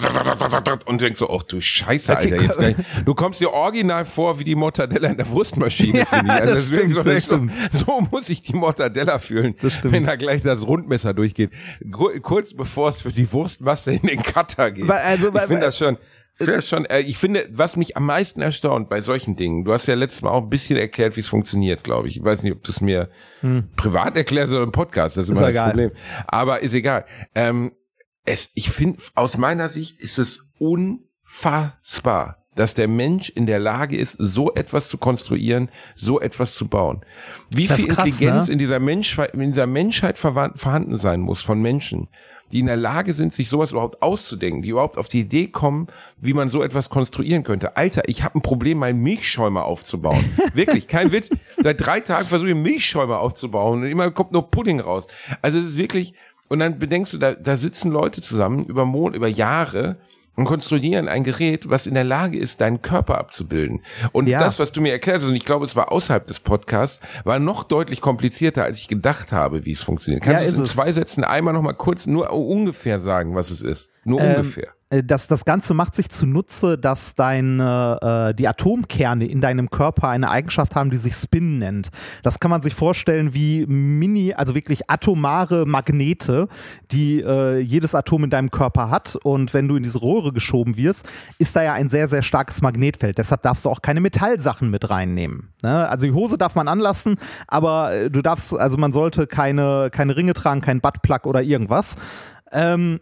und denkst so, ach du Scheiße, Alter, jetzt gleich. Du kommst dir original vor wie die Mortadella in der Wurstmaschine, Ja, finde ich. Also das deswegen stimmt, so, das stimmt. so muss ich die Mortadella fühlen, wenn da gleich das Rundmesser durchgeht. Kurz bevor es für die Wurstmasse in den Cutter geht. Also, ich finde das schon... Ich finde, schon, äh, ich finde, was mich am meisten erstaunt bei solchen Dingen, du hast ja letztes Mal auch ein bisschen erklärt, wie es funktioniert, glaube ich. Ich weiß nicht, ob du es mir hm. privat erklärst oder im Podcast, das ist immer ist das egal. Problem. Aber ist egal. Ähm, es, ich finde, aus meiner Sicht ist es unfassbar, dass der Mensch in der Lage ist, so etwas zu konstruieren, so etwas zu bauen. Wie das viel krass, Intelligenz ne? in dieser Menschheit, in dieser Menschheit vorhanden sein muss von Menschen, die in der Lage sind, sich sowas überhaupt auszudenken, die überhaupt auf die Idee kommen, wie man so etwas konstruieren könnte. Alter, ich habe ein Problem, meinen Milchschäumer aufzubauen. Wirklich, kein Witz. Seit drei Tagen versuche ich einen Milchschäumer aufzubauen und immer kommt nur Pudding raus. Also es ist wirklich, und dann bedenkst du, da, da sitzen Leute zusammen über Monate, über Jahre und konstruieren ein Gerät, was in der Lage ist, deinen Körper abzubilden. Und ja. das, was du mir erklärt hast, und ich glaube, es war außerhalb des Podcasts, war noch deutlich komplizierter, als ich gedacht habe, wie es funktioniert. Kannst ja, du es in es. zwei Sätzen einmal noch mal kurz nur ungefähr sagen, was es ist? Nur ähm, ungefähr. Das, das Ganze macht sich zunutze, dass deine, äh, die Atomkerne in deinem Körper eine Eigenschaft haben, die sich Spin nennt. Das kann man sich vorstellen wie Mini, also wirklich atomare Magnete, die äh, jedes Atom in deinem Körper hat. Und wenn du in diese Röhre geschoben wirst, ist da ja ein sehr, sehr starkes Magnetfeld. Deshalb darfst du auch keine Metallsachen mit reinnehmen. Ne? Also die Hose darf man anlassen, aber du darfst, also man sollte keine, keine Ringe tragen, kein Buttplug oder irgendwas. Ähm,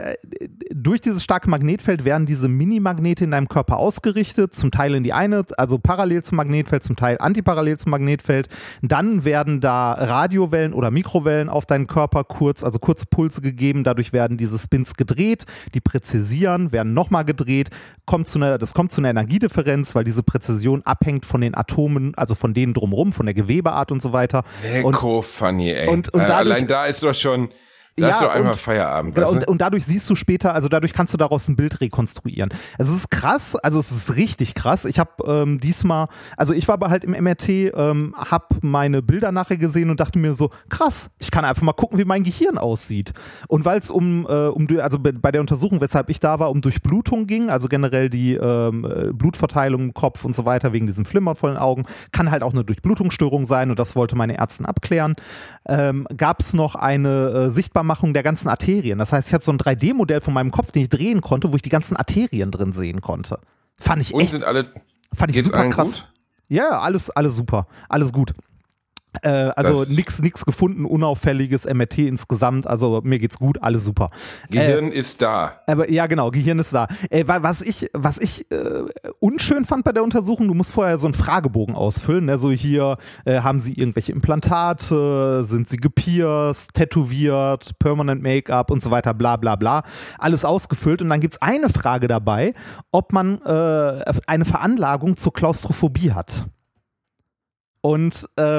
Durch dieses starke Magnetfeld werden diese Mini-Magnete in deinem Körper ausgerichtet, zum Teil in die eine, also parallel zum Magnetfeld, zum Teil antiparallel zum Magnetfeld. Dann werden da Radiowellen oder Mikrowellen auf deinen Körper kurz, also kurze Pulse gegeben. Dadurch werden diese Spins gedreht, die präzisieren, werden nochmal gedreht. Kommt zu einer, das kommt zu einer Energiedifferenz, weil diese Präzision abhängt von den Atomen, also von denen drumherum, von der Gewebeart und so weiter. Lecko funny, ey. Und, und äh, dadurch, allein da ist doch schon... Das ist ja, doch einfach und, Feierabend. Genau, weißt du? und, und dadurch siehst du später, also dadurch kannst du daraus ein Bild rekonstruieren. Also es ist krass, also es ist richtig krass. Ich habe ähm, diesmal, also ich war aber halt im M R T, ähm, habe meine Bilder nachher gesehen und dachte mir so, krass, ich kann einfach mal gucken, wie mein Gehirn aussieht. Und weil es um, äh, um, also bei der Untersuchung, weshalb ich da war, um Durchblutung ging, also generell die ähm, Blutverteilung im Kopf und so weiter, wegen diesem Flimmern vor den Augen, kann halt auch eine Durchblutungsstörung sein und das wollte meine Ärztin abklären. Ähm, gab es noch eine äh, Sichtbarmachung der ganzen Arterien. Das heißt, ich hatte so ein drei D Modell von meinem Kopf, den ich drehen konnte, wo ich die ganzen Arterien drin sehen konnte. Fand ich Und echt, sind alle, fand ich super krass. Gut? Ja, alles, alles super, alles gut. Äh, also nichts nix gefunden, unauffälliges M R T insgesamt, also mir geht's gut, alles super. Gehirn äh, ist da. Aber ja, genau, Gehirn ist da. Äh, was ich, was ich äh, unschön fand bei der Untersuchung, du musst vorher so einen Fragebogen ausfüllen, ne? So hier, äh, haben sie irgendwelche Implantate, sind sie gepierst, tätowiert, Permanent Make-up und so weiter, bla bla bla, alles ausgefüllt und dann gibt's eine Frage dabei, ob man äh, eine Veranlagung zur Klaustrophobie hat. Und ähm,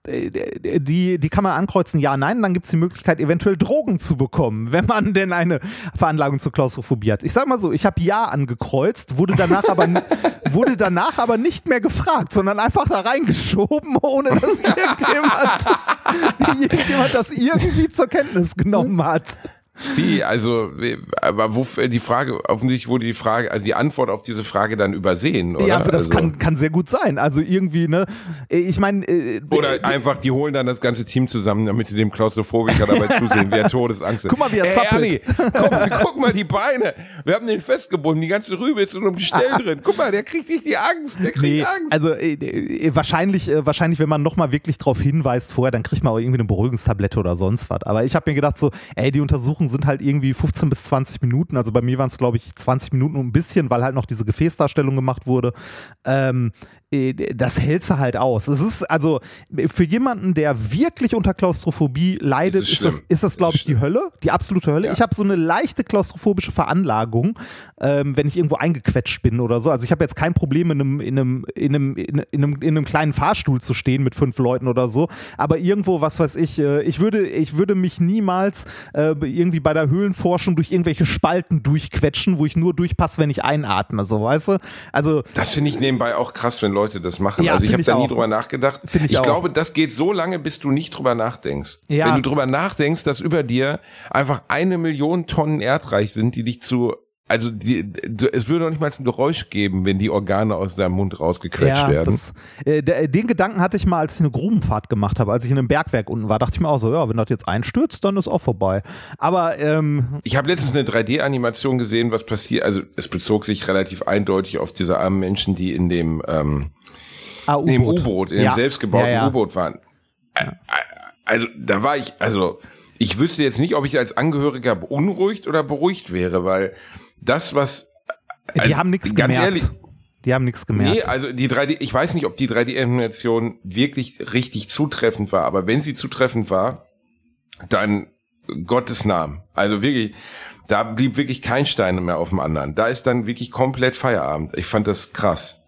die, die kann man ankreuzen, ja, nein, dann gibt es die Möglichkeit, eventuell Drogen zu bekommen, wenn man denn eine Veranlagung zur Klaustrophobie hat. Ich sag mal so, ich habe ja angekreuzt, wurde danach aber wurde danach aber nicht mehr gefragt, sondern einfach da reingeschoben, ohne dass irgendjemand, irgendjemand das irgendwie zur Kenntnis genommen hat. Wie, also, aber wo, die Frage, offensichtlich wurde die Frage, also die Antwort auf diese Frage dann übersehen, oder? Ja, das also, kann, kann sehr gut sein. Also irgendwie, ne, ich meine. Äh, oder einfach, die holen dann das ganze Team zusammen, damit sie dem Klaustrophobiker dabei zusehen, wer Todesangst hat. Guck mal, wie er zappelt. Ey, guck, guck mal die Beine. Wir haben den festgebunden, die ganze Rübe ist um die Stelle drin. Guck mal, der kriegt nicht die Angst, der kriegt nee, Angst. Also äh, wahrscheinlich, äh, wahrscheinlich, wenn man nochmal wirklich drauf hinweist vorher, dann kriegt man auch irgendwie eine Beruhigungstablette oder sonst was. Aber ich habe mir gedacht so, ey, die Untersuchungen sind halt irgendwie fünfzehn bis zwanzig Minuten, also bei mir waren es glaube ich zwanzig Minuten und ein bisschen, weil halt noch diese Gefäßdarstellung gemacht wurde. Ähm, das hältst du halt aus. Es ist also für jemanden, der wirklich unter Klaustrophobie leidet, ist, ist das, ist das glaube ich, die Hölle, die absolute Hölle. Ja. Ich habe so eine leichte klaustrophobische Veranlagung, ähm, wenn ich irgendwo eingequetscht bin oder so. Also ich habe jetzt kein Problem, in einem, in, einem, in, einem, in, einem, in einem kleinen Fahrstuhl zu stehen mit fünf Leuten oder so, aber irgendwo, was weiß ich, äh, ich, würde, ich würde mich niemals äh, irgendwie bei der Höhlenforschung durch irgendwelche Spalten durchquetschen, wo ich nur durchpasse, wenn ich einatme, so, weißt du? Also, das finde ich nebenbei auch krass, wenn Leute das machen. Ja, also ich habe da nie auch. drüber nachgedacht. Find ich ich auch. glaube, das geht so lange, bis du nicht drüber nachdenkst. Ja. Wenn du drüber nachdenkst, dass über dir einfach eine Million Tonnen Erdreich sind, die dich zu, also die, es würde noch nicht mal ein Geräusch geben, wenn die Organe aus deinem Mund rausgequetscht ja, werden. Das, äh, den Gedanken hatte ich mal, als ich eine Grubenfahrt gemacht habe, als ich in einem Bergwerk unten war, dachte ich mir auch so, ja, wenn das jetzt einstürzt, dann ist auch vorbei. Aber ähm, ich habe letztens eine drei D-Animation gesehen, was passiert, also es bezog sich relativ eindeutig auf diese armen Menschen, die in dem ähm, ah, in dem U-Boot, in ja. dem selbstgebauten ja, ja. U-Boot waren. Also da war ich, also ich wüsste jetzt nicht, ob ich als Angehöriger beunruhigt oder beruhigt wäre, weil das, was die haben nichts ganz gemerkt. ehrlich, die haben nichts gemerkt. Nee, also die drei D, ich weiß nicht, ob die drei D-Animation wirklich richtig zutreffend war, aber wenn sie zutreffend war, dann Gottes Namen. Also wirklich, da blieb wirklich kein Stein mehr auf dem anderen. Da ist dann wirklich komplett Feierabend. Ich fand das krass.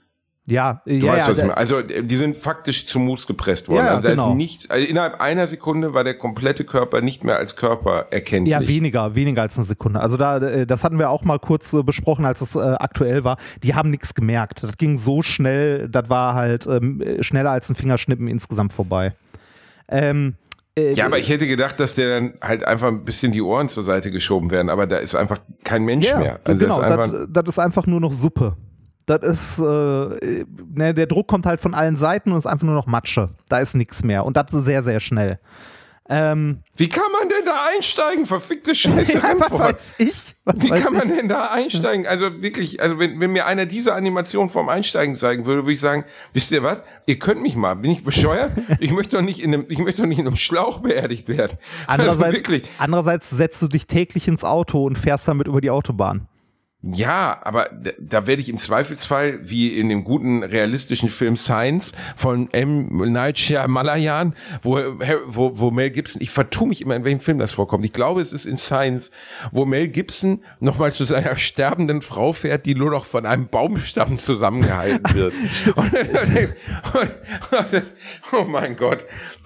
Ja, du ja, weißt, ja, was ich meine. Also die sind faktisch zu Mus gepresst worden. Ja, also da genau. ist nichts, also innerhalb einer Sekunde war der komplette Körper nicht mehr als Körper erkenntlich. Ja, weniger, weniger als eine Sekunde. Also da, das hatten wir auch mal kurz äh, besprochen, als es äh, aktuell war. Die haben nichts gemerkt. Das ging so schnell, das war halt ähm, schneller als ein Fingerschnippen insgesamt vorbei. Ähm, äh, ja, aber ich hätte gedacht, dass der dann halt einfach ein bisschen die Ohren zur Seite geschoben werden, aber da ist einfach kein Mensch ja, mehr. Also genau, das ist, einfach das, das ist einfach nur noch Suppe. Das ist, äh, ne, der Druck kommt halt von allen Seiten und ist einfach nur noch Matsche. Da ist nichts mehr. Und das ist sehr, sehr schnell. Ähm, Wie kann man denn da einsteigen? Verfickte Scheiße. ja, was weiß ich? Was Wie weiß kann man ich? denn da einsteigen? Also wirklich, also wenn, wenn mir einer diese Animation vorm Einsteigen zeigen würde, würde ich sagen, wisst ihr was? Ihr könnt mich mal. Bin ich bescheuert? Ich möchte doch nicht in einem, ich möchte doch nicht in einem Schlauch beerdigt werden. Andererseits, also wirklich. andererseits setzt du dich täglich ins Auto und fährst damit über die Autobahn. Ja, aber da, da werde ich im Zweifelsfall, wie in dem guten realistischen Film Science von M. Night Shyamalan, wo, wo, wo Mel Gibson, ich vertue mich immer, in welchem Film das vorkommt. Ich glaube, es ist in Science, wo Mel Gibson nochmal zu seiner sterbenden Frau fährt, die nur noch von einem Baumstamm zusammengehalten wird. und, und, und das, oh mein Gott.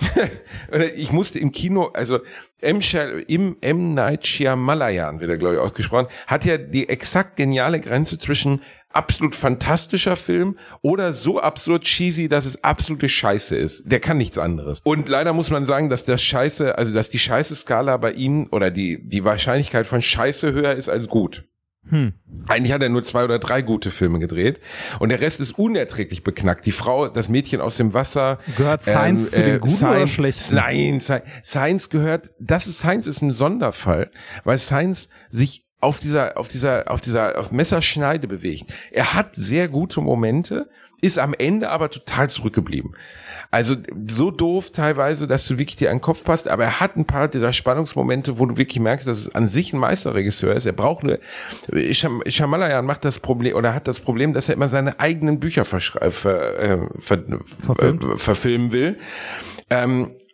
Ich musste im Kino, also M. im M. Night Shyamalan, wird er, glaube ich, ausgesprochen, hat ja die exakt geniale Grenze zwischen absolut fantastischer Film oder so absurd cheesy, dass es absolute Scheiße ist. Der kann nichts anderes. Und leider muss man sagen, dass das Scheiße, also dass die Scheiße-Skala bei ihm oder die die Wahrscheinlichkeit von Scheiße höher ist als gut. Hm. Eigentlich hat er nur zwei oder drei gute Filme gedreht und der Rest ist unerträglich beknackt. Die Frau, das Mädchen aus dem Wasser. Gehört Science ähm, zu den guten Science, oder schlechten? Nein, Science gehört, das ist Science ist ein Sonderfall, weil Science sich auf dieser, auf dieser, auf dieser, auf Messerschneide bewegt. Er hat sehr gute Momente, ist am Ende aber total zurückgeblieben. Also so doof teilweise, dass du wirklich dir an den Kopf passt, aber er hat ein paar dieser Spannungsmomente, wo du wirklich merkst, dass es an sich ein Meisterregisseur ist. Er braucht nur, Shyamalan macht das Problem, oder hat das Problem, dass er immer seine eigenen Bücher verschrei- ver, äh, ver, äh, verfilmen will. Ähm,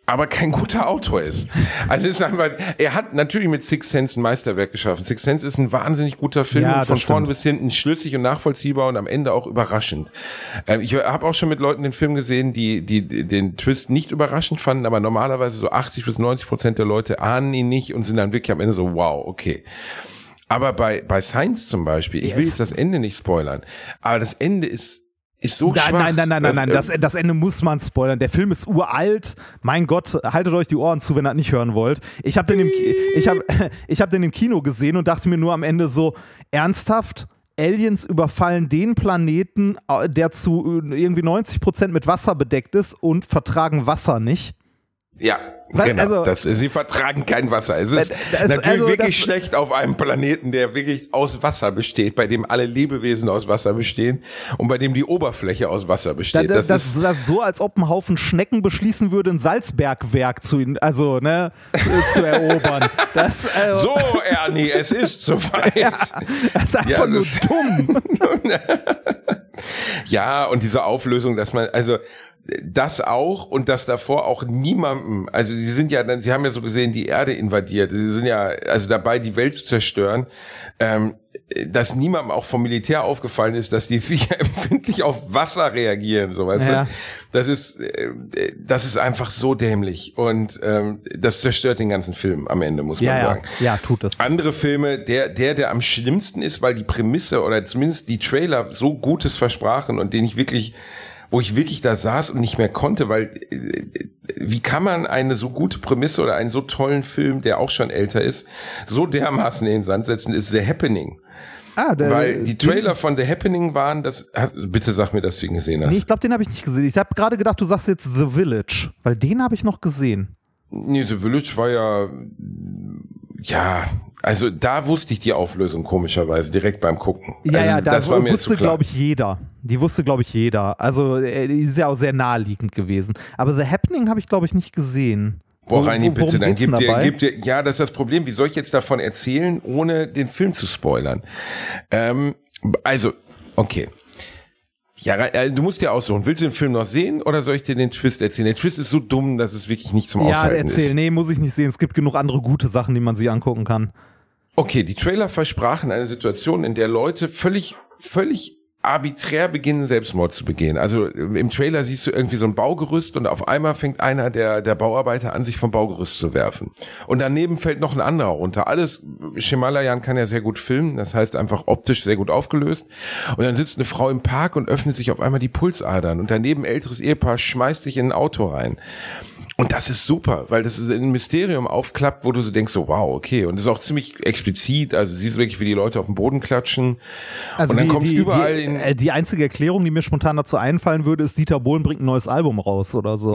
aber kein guter Autor ist. Also es ist einfach, er hat natürlich mit Sixth Sense ein Meisterwerk geschaffen. Sixth Sense ist ein wahnsinnig guter Film, Ja, und von das vorn stimmt. bis hinten schlüssig und nachvollziehbar und am Ende auch überraschend. Ähm, ich habe auch schon mit Leuten den Film gesehen, die die den Twist nicht überraschend fanden, aber normalerweise so achtzig bis neunzig Prozent der Leute ahnen ihn nicht und sind dann wirklich am Ende so, wow, okay. Aber bei bei Science zum Beispiel, ich will Yes. jetzt das Ende nicht spoilern, aber das Ende ist ist so Nein, schwach. nein, nein, nein, nein, nein, dass, das, das Ende muss man spoilern. Der Film ist uralt. Mein Gott, haltet euch die Ohren zu, wenn ihr das nicht hören wollt. Ich habe den, im Ki- ich hab, ich hab den im Kino gesehen und dachte mir nur am Ende so, ernsthaft? Aliens überfallen den Planeten, der zu irgendwie neunzig Prozent mit Wasser bedeckt ist und vertragen Wasser nicht. Ja, Weil, genau. also- das, sie vertragen kein Wasser. Es ist Das- das- natürlich also wirklich das- schlecht auf einem Planeten, der wirklich aus Wasser besteht, bei dem alle Lebewesen aus Wasser bestehen und bei dem die Oberfläche aus Wasser Das, besteht. das, Das, das, ist das ist so, als ob ein Haufen Schnecken beschließen würde, ein Salzbergwerk zu, also, ne, zu erobern. Das, also, so, Ernie, es ist soweit. ja, das ist einfach Ja, nur das- dumm. Ja, und diese Auflösung, dass man, also das auch und das davor auch niemandem, also sie sind ja, sie haben ja so gesehen die Erde invadiert, sie sind ja also dabei, die Welt zu zerstören, ähm, dass niemandem auch vom Militär aufgefallen ist, dass die Viecher empfindlich auf Wasser reagieren, so weißt Ja. du? Das ist, äh, das ist einfach so dämlich und ähm, das zerstört den ganzen Film am Ende, muss man Ja, ja, sagen. ja, tut es. Andere Filme, der, der, der am schlimmsten ist, weil die Prämisse oder zumindest die Trailer so Gutes versprachen und den ich wirklich, wo ich wirklich da saß und nicht mehr konnte, weil äh, wie kann man eine so gute Prämisse oder einen so tollen Film, der auch schon älter ist, so dermaßen in den Sand setzen, ist The Happening. Ah, der, Weil die Trailer von The Happening waren, das, bitte sag mir, dass du ihn gesehen hast. Nee, ich glaube, den habe ich nicht gesehen. Ich habe gerade gedacht, du sagst jetzt The Village, weil den habe ich noch gesehen. Nee, The Village war ja, ja, also da wusste ich die Auflösung komischerweise direkt beim Gucken. Ja, also, ja, da das war mir zu wusste, klar. glaube ich, jeder. Die wusste, glaube ich, jeder. Also, äh, die ist ja auch sehr naheliegend gewesen. Aber The Happening habe ich, glaube ich, nicht gesehen. Boah, Reini, bitte, dann geht's gib dir, dabei? gib dir, ja, das ist das Problem. Wie soll ich jetzt davon erzählen, ohne den Film zu spoilern? Ähm, also, okay. Ja, also du musst dir aussuchen, willst du den Film noch sehen oder soll ich dir den Twist erzählen? Der Twist ist so dumm, dass es wirklich nicht zum Ja, Aushalten erzähl. ist. Nee, muss ich nicht sehen. Es gibt genug andere gute Sachen, die man sich angucken kann. Okay, die Trailer versprachen eine Situation, in der Leute völlig, völlig arbiträr beginnen, Selbstmord zu begehen. Also im Trailer siehst du irgendwie so ein Baugerüst und auf einmal fängt einer der, der Bauarbeiter an, sich vom Baugerüst zu werfen. Und daneben fällt noch ein anderer runter. Alles, Shyamalan kann ja sehr gut filmen, das heißt einfach optisch sehr gut aufgelöst. Und dann sitzt eine Frau im Park und öffnet sich auf einmal die Pulsadern und daneben ein älteres Ehepaar schmeißt sich in ein Auto rein. Und das ist super, weil das ist ein Mysterium aufklappt, wo du so denkst, so wow, okay. Und das ist auch ziemlich explizit, also siehst du wirklich, wie die Leute auf den Boden klatschen. Also und dann die, kommst die, überall die, in... äh, die einzige Erklärung, die mir spontan dazu einfallen würde, ist, Dieter Bohlen bringt ein neues Album raus oder so.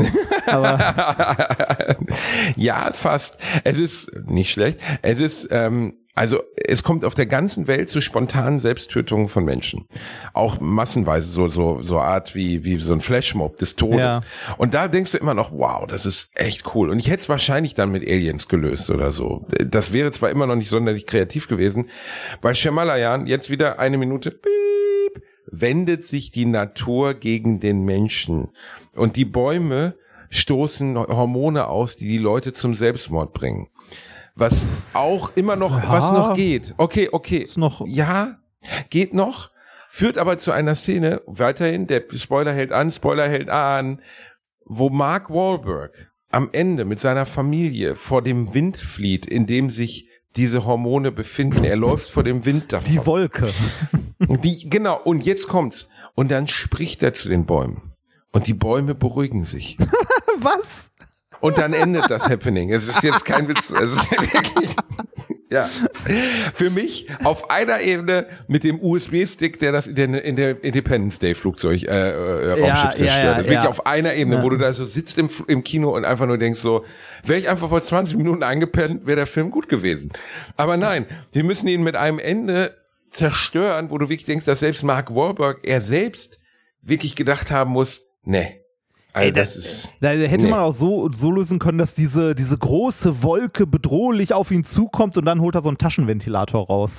Aber Ja, fast. Es ist nicht schlecht. Es ist, ähm, also es kommt auf der ganzen Welt zu spontanen Selbsttötungen von Menschen. Auch massenweise, so so so Art wie wie so ein Flashmob des Todes. Ja. Und da denkst du immer noch, wow, das ist echt cool. Und ich hätte es wahrscheinlich dann mit Aliens gelöst oder so. Das wäre zwar immer noch nicht sonderlich kreativ gewesen. Bei Shyamalan jetzt wieder eine Minute, piep, wendet sich die Natur gegen den Menschen. Und die Bäume stoßen Hormone aus, die die Leute zum Selbstmord bringen. Was auch immer noch, Ja. was noch geht. Okay, okay. Ist noch- Ja, geht noch. Führt aber zu einer Szene, weiterhin, der Spoiler hält an, Spoiler hält an, wo Mark Wahlberg am Ende mit seiner Familie vor dem Wind flieht, in dem sich diese Hormone befinden. Er läuft vor dem Wind davon. die Wolke. Die, genau, und jetzt kommt's. Und dann spricht er zu den Bäumen. Und die Bäume beruhigen sich. Was? Und dann endet das Happening. Es ist jetzt kein Witz. Es ist wirklich, ja. Für mich auf einer Ebene mit dem U S B-Stick, der das in der, in der Independence Day Flugzeug, äh, äh Raumschiff Ja, ja, zerstört. ja, Wirklich ja. auf einer Ebene, Ja. wo du da so sitzt im, im Kino und einfach nur denkst so, wäre ich einfach vor zwanzig Minuten eingepennt, wäre der Film gut gewesen. Aber nein, die müssen ihn mit einem Ende zerstören, wo du wirklich denkst, dass selbst Mark Wahlberg, er selbst wirklich gedacht haben muss, nee. Also Ey, das ist, Da hätte nee. man auch so, so lösen können, dass diese, diese große Wolke bedrohlich auf ihn zukommt und dann holt er so einen Taschenventilator raus.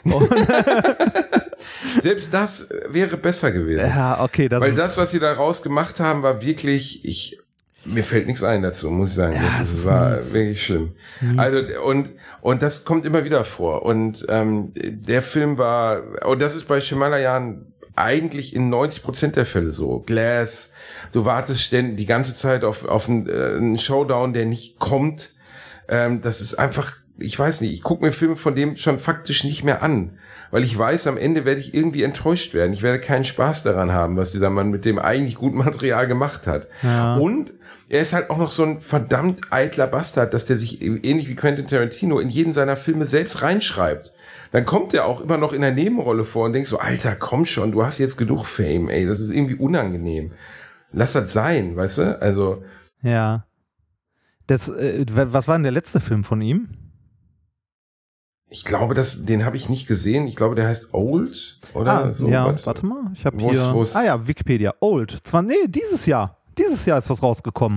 Selbst das wäre besser gewesen. Ja, okay. Das Weil ist, das, was sie da raus gemacht haben, war wirklich, ich, Mir fällt nichts ein dazu, muss ich sagen. Ja, das, das ist, ist war mies. wirklich schlimm. Mies. Also und und das kommt immer wieder vor. Und ähm, der Film war, und das ist bei Shyamalan eigentlich in neunzig Prozent der Fälle so. Glass, du wartest ständig die ganze Zeit auf auf einen, äh, einen Showdown, der nicht kommt. Ähm, das ist einfach, ich weiß nicht, ich gucke mir Filme von dem schon faktisch nicht mehr an. Weil ich weiß, am Ende werde ich irgendwie enttäuscht werden. Ich werde keinen Spaß daran haben, was dieser Mann mit dem eigentlich guten Material gemacht hat. Ja. Und er ist halt auch noch so ein verdammt eitler Bastard, dass der sich ähnlich wie Quentin Tarantino in jeden seiner Filme selbst reinschreibt. Dann kommt er auch immer noch in der Nebenrolle vor und denkt so, Alter, komm schon, du hast jetzt genug Fame, ey, das ist irgendwie unangenehm. Lass das sein, weißt du? Also. Ja. Das, äh, was war denn der letzte Film von ihm? Ich glaube, das, den habe ich nicht gesehen. Ich glaube, der heißt Old oder ah, so. Ja, was? warte mal. Ich habe Wo's, hier. wo's? Ah ja, Wikipedia. Old. Zwar, nee, dieses Jahr. Dieses Jahr ist was rausgekommen.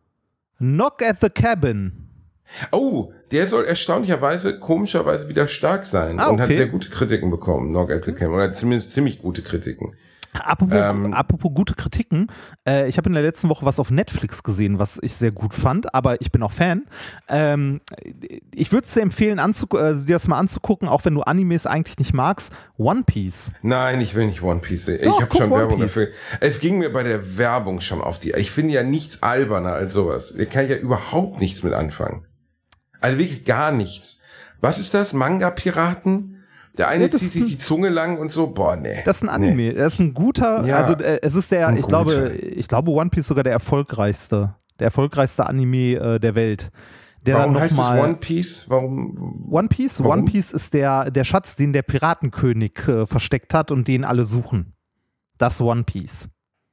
Knock at the Cabin. Oh, der soll erstaunlicherweise, komischerweise wieder stark sein. Ah, Und hat okay. sehr gute Kritiken bekommen. Knock at the Cabin. Oder zumindest ziemlich gute Kritiken. Apropos, Ähm, apropos gute Kritiken, äh, ich habe in der letzten Woche was auf Netflix gesehen, was ich sehr gut fand, aber ich bin auch Fan. Ähm, ich würde es dir empfehlen, anzugu- äh, dir das mal anzugucken, auch wenn du Animes eigentlich nicht magst. One Piece. Nein, ich will nicht One Piece sehen. Doch, ich habe guck schon One Werbung Piece. dafür. Es ging mir bei der Werbung schon auf die. Ich finde ja nichts alberner als sowas. Da kann ich ja überhaupt nichts mit anfangen. Also wirklich gar nichts. Was ist das? Manga-Piraten? Der eine Ja, das zieht ist sich ein- die Zunge lang und so. Boah, nee. Das ist ein Anime. Nee. Das ist ein guter, Ja, also äh, es ist der, ein ich glaube, guter. ich glaube One Piece sogar der erfolgreichste, der erfolgreichste Anime äh, der Welt. Der Warum noch heißt mal, es One Piece? Warum? One Piece? Warum? One Piece ist der, der Schatz, den der Piratenkönig äh, versteckt hat und den alle suchen. Das One Piece.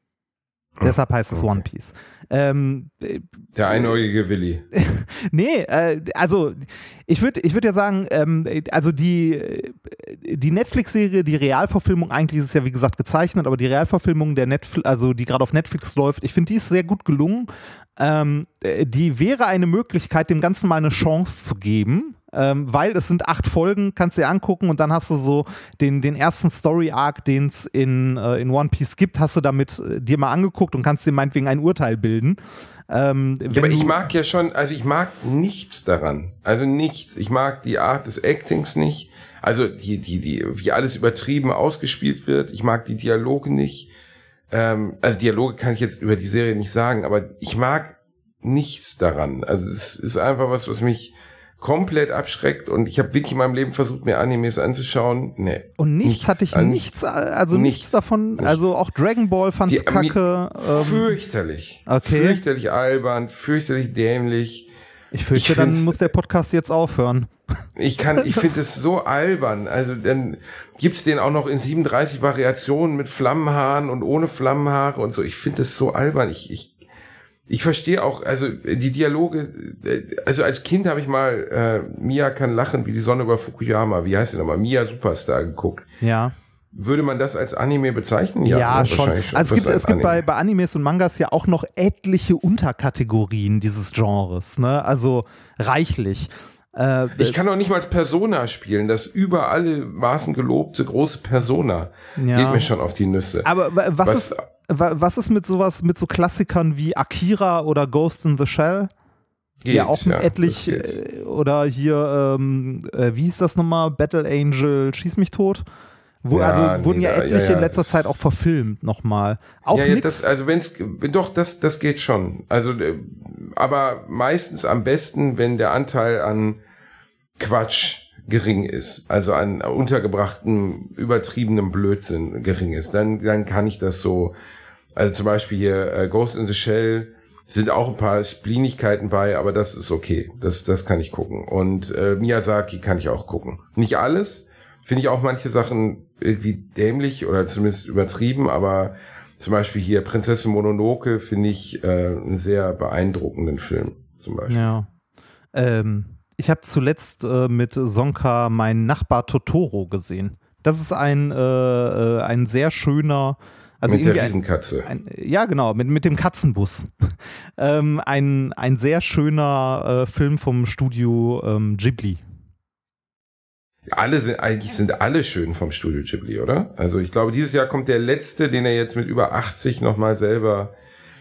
Oh, Deshalb heißt es okay. One Piece. Ähm, äh, Der einäugige Willi. nee, äh, also ich würde ich würd ja sagen, ähm, also die, äh, die Netflix-Serie, die Realverfilmung, eigentlich ist es ja wie gesagt gezeichnet, aber die Realverfilmung der Netflix, also die gerade auf Netflix läuft, ich finde, die ist sehr gut gelungen. Ähm, äh, die wäre eine Möglichkeit, dem Ganzen mal eine Chance zu geben. Ähm, weil es sind acht Folgen, kannst du dir angucken und dann hast du so den, den ersten Story-Arc, den es in, äh, in One Piece gibt, hast du damit äh, dir mal angeguckt und kannst dir meinetwegen ein Urteil bilden. Ähm, Ja, wenn aber ich du- mag ja schon, also ich mag nichts daran. Also nichts. Ich mag die Art des Actings nicht. Also die, die, die, wie alles übertrieben ausgespielt wird. Ich mag die Dialoge nicht. Ähm, also Dialoge kann ich jetzt über die Serie nicht sagen, aber ich mag nichts daran. Also es ist einfach was, was mich komplett abschreckt und ich habe wirklich in meinem Leben versucht, mir Animes anzuschauen. Nee. Und nichts, hatte ich also nichts, also nichts, nichts, davon, nichts. also auch Dragon Ball fand's Die- kacke. Ähm, Fürchterlich. okay. Fürchterlich albern, fürchterlich dämlich. ich fürchte, ich dann find's- muss der Podcast jetzt aufhören. Ich kann, ich finde es so albern. Also dann gibt's den auch noch in siebenunddreißig Variationen mit Flammenhaaren und ohne Flammenhaare und so. Ich finde es so albern. Ich, ich, ich verstehe auch, also die Dialoge, also als Kind habe ich mal äh, Mia kann lachen wie die Sonne über Fukuyama, wie heißt die nochmal, Mia Superstar geguckt. Ja. Würde man das als Anime bezeichnen? Ja, ne, schon. wahrscheinlich Also es Das gibt, ist ein es gibt bei, Anime. bei Animes und Mangas ja auch noch etliche Unterkategorien dieses Genres, ne? Also reichlich. Äh, Ich kann doch nicht mal als Persona spielen, das über alle Maßen gelobte große Persona. Ja. Geht mir schon auf die Nüsse. aber wa- was, Was- ist, wa- was ist mit sowas, mit so Klassikern wie Akira oder Ghost in the Shell? Geht, ja, auch ja, etlich, das geht. äh, oder hier, ähm, äh, wie hieß das nochmal? Battle Angel, Schieß mich tot? Wo, Ja, also wurden nee, ja da- etliche ja, ja, in letzter das- Zeit auch verfilmt nochmal. Auch ja, ja, nix. das, also wenn's, doch, das, das geht schon. Also, äh, aber meistens am besten, wenn der Anteil an Quatsch gering ist, also an untergebrachten, übertriebenem Blödsinn gering ist, dann, dann kann ich das so, also zum Beispiel hier äh, Ghost in the Shell, sind auch ein paar Spleenigkeiten bei, aber das ist okay, das, das kann ich gucken. Und äh, Miyazaki kann ich auch gucken. Nicht alles, finde ich auch manche Sachen irgendwie dämlich oder zumindest übertrieben, aber zum Beispiel hier Prinzessin Mononoke finde ich äh, einen sehr beeindruckenden Film, zum Beispiel. Ja. Ähm, ich habe zuletzt äh, mit Sonka meinen Nachbar Totoro gesehen. Das ist ein, äh, äh, ein sehr schöner, also Mit der irgendwie ein, Riesenkatze. ein, ja genau, mit, mit dem Katzenbus. ähm, ein, ein sehr schöner äh, Film vom Studio ähm, Ghibli. Alle sind, eigentlich sind alle schön vom Studio Ghibli, oder? Also ich glaube, dieses Jahr kommt der letzte, den er jetzt mit über achtzig nochmal selber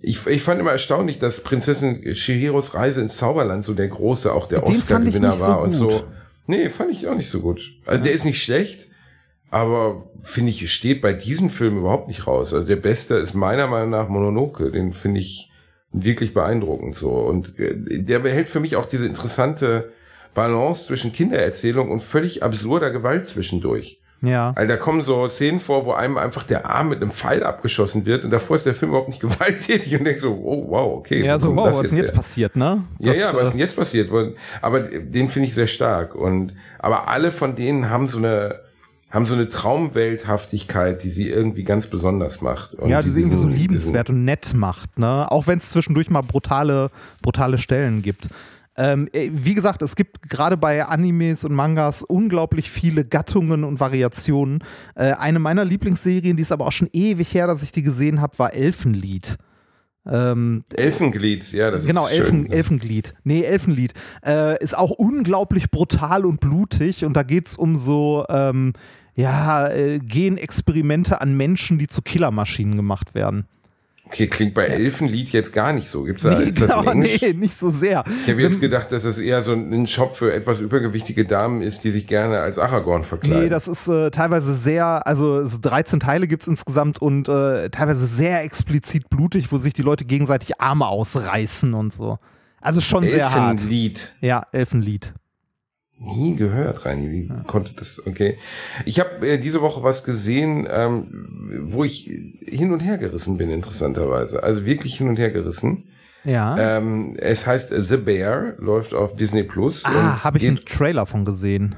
Ich, ich fand immer erstaunlich, dass Prinzessin Chihiros Reise ins Zauberland so der große, auch der Oscar-Gewinner war und so. Nee, fand ich auch nicht so gut. Also ja. Der ist nicht schlecht, aber finde ich, steht bei diesem Film überhaupt nicht raus. Also der beste ist meiner Meinung nach Mononoke. Den finde ich wirklich beeindruckend so. Und der behält für mich auch diese interessante Balance zwischen Kindererzählung und völlig absurder Gewalt zwischendurch. Ja. Also da kommen so Szenen vor, wo einem einfach der Arm mit einem Pfeil abgeschossen wird und davor ist der Film überhaupt nicht gewalttätig und denkst so, oh wow, okay. Ja, so wow, was ist denn jetzt passiert, ne? Das, ja, ja, was ist denn jetzt passiert? Aber den finde ich sehr stark und aber alle von denen haben so eine haben so eine Traumwelthaftigkeit, die sie irgendwie ganz besonders macht. Und ja, die sie irgendwie so diesen, liebenswert und nett macht, ne? Auch wenn es zwischendurch mal brutale brutale Stellen gibt. Ähm, wie gesagt, es gibt gerade bei Animes und Mangas unglaublich viele Gattungen und Variationen. Äh, eine meiner Lieblingsserien, die ist aber auch schon ewig her, dass ich die gesehen habe, war Elfenlied. Ähm, Elfenglied, ja, das genau, ist Elfen, schön. Elfenglied. Nee, Elfenlied. Äh, ist auch unglaublich brutal und blutig und da geht's um so ähm, ja, äh, Genexperimente an Menschen, die zu Killermaschinen gemacht werden. Okay, klingt bei Elfenlied jetzt gar nicht so. Gibt's da, Nee, ist das genau, in Englisch? nee, nicht so sehr. Ich habe jetzt gedacht, dass es eher so ein Shop für etwas übergewichtige Damen ist, die sich gerne als Aragorn verkleiden. Nee, das ist äh, teilweise sehr, also es dreizehn Teile gibt's insgesamt und äh, teilweise sehr explizit blutig, wo sich die Leute gegenseitig Arme ausreißen und so. Also schon sehr hart. Elfenlied. Ja, Elfenlied. Nie gehört, Reini. Wie ja. konnte das? Okay. Ich habe äh, diese Woche was gesehen, ähm, wo ich hin und her gerissen bin, interessanterweise. Also wirklich hin und her gerissen. Ja. Ähm, es heißt The Bear, läuft auf Disney Plus. Ah, habe ich einen Trailer von gesehen.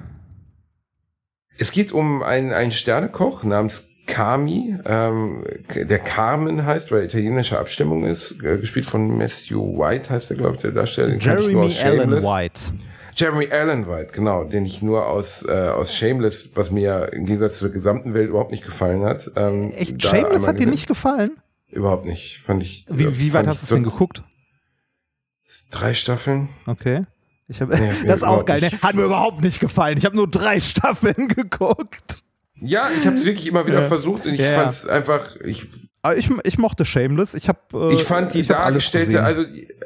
Es geht um einen, einen Sternekoch namens Carmi, ähm, der Carmen heißt, weil italienische Abstimmung ist, äh, gespielt von Matthew White heißt er, glaube ich, der Darsteller. Den Jeremy Allen White. Jeremy Allen White, genau, den ich nur aus äh, aus Shameless, was mir im Gegensatz zur gesamten Welt überhaupt nicht gefallen hat. Ähm, Echt? Shameless hat dir nicht gefallen? Überhaupt nicht, fand ich. Wie, wie weit hast du es denn geguckt? Drei Staffeln. Okay. Ich hab, nee, das ist auch geil, ne? Hat mir überhaupt nicht gefallen. Ich habe nur drei Staffeln geguckt. Ja, ich habe es wirklich immer wieder ja. versucht und ich ja. fand es einfach. Ich, Aber ich, ich mochte Shameless. Ich habe. Äh, ich fand die ich hab dargestellte, also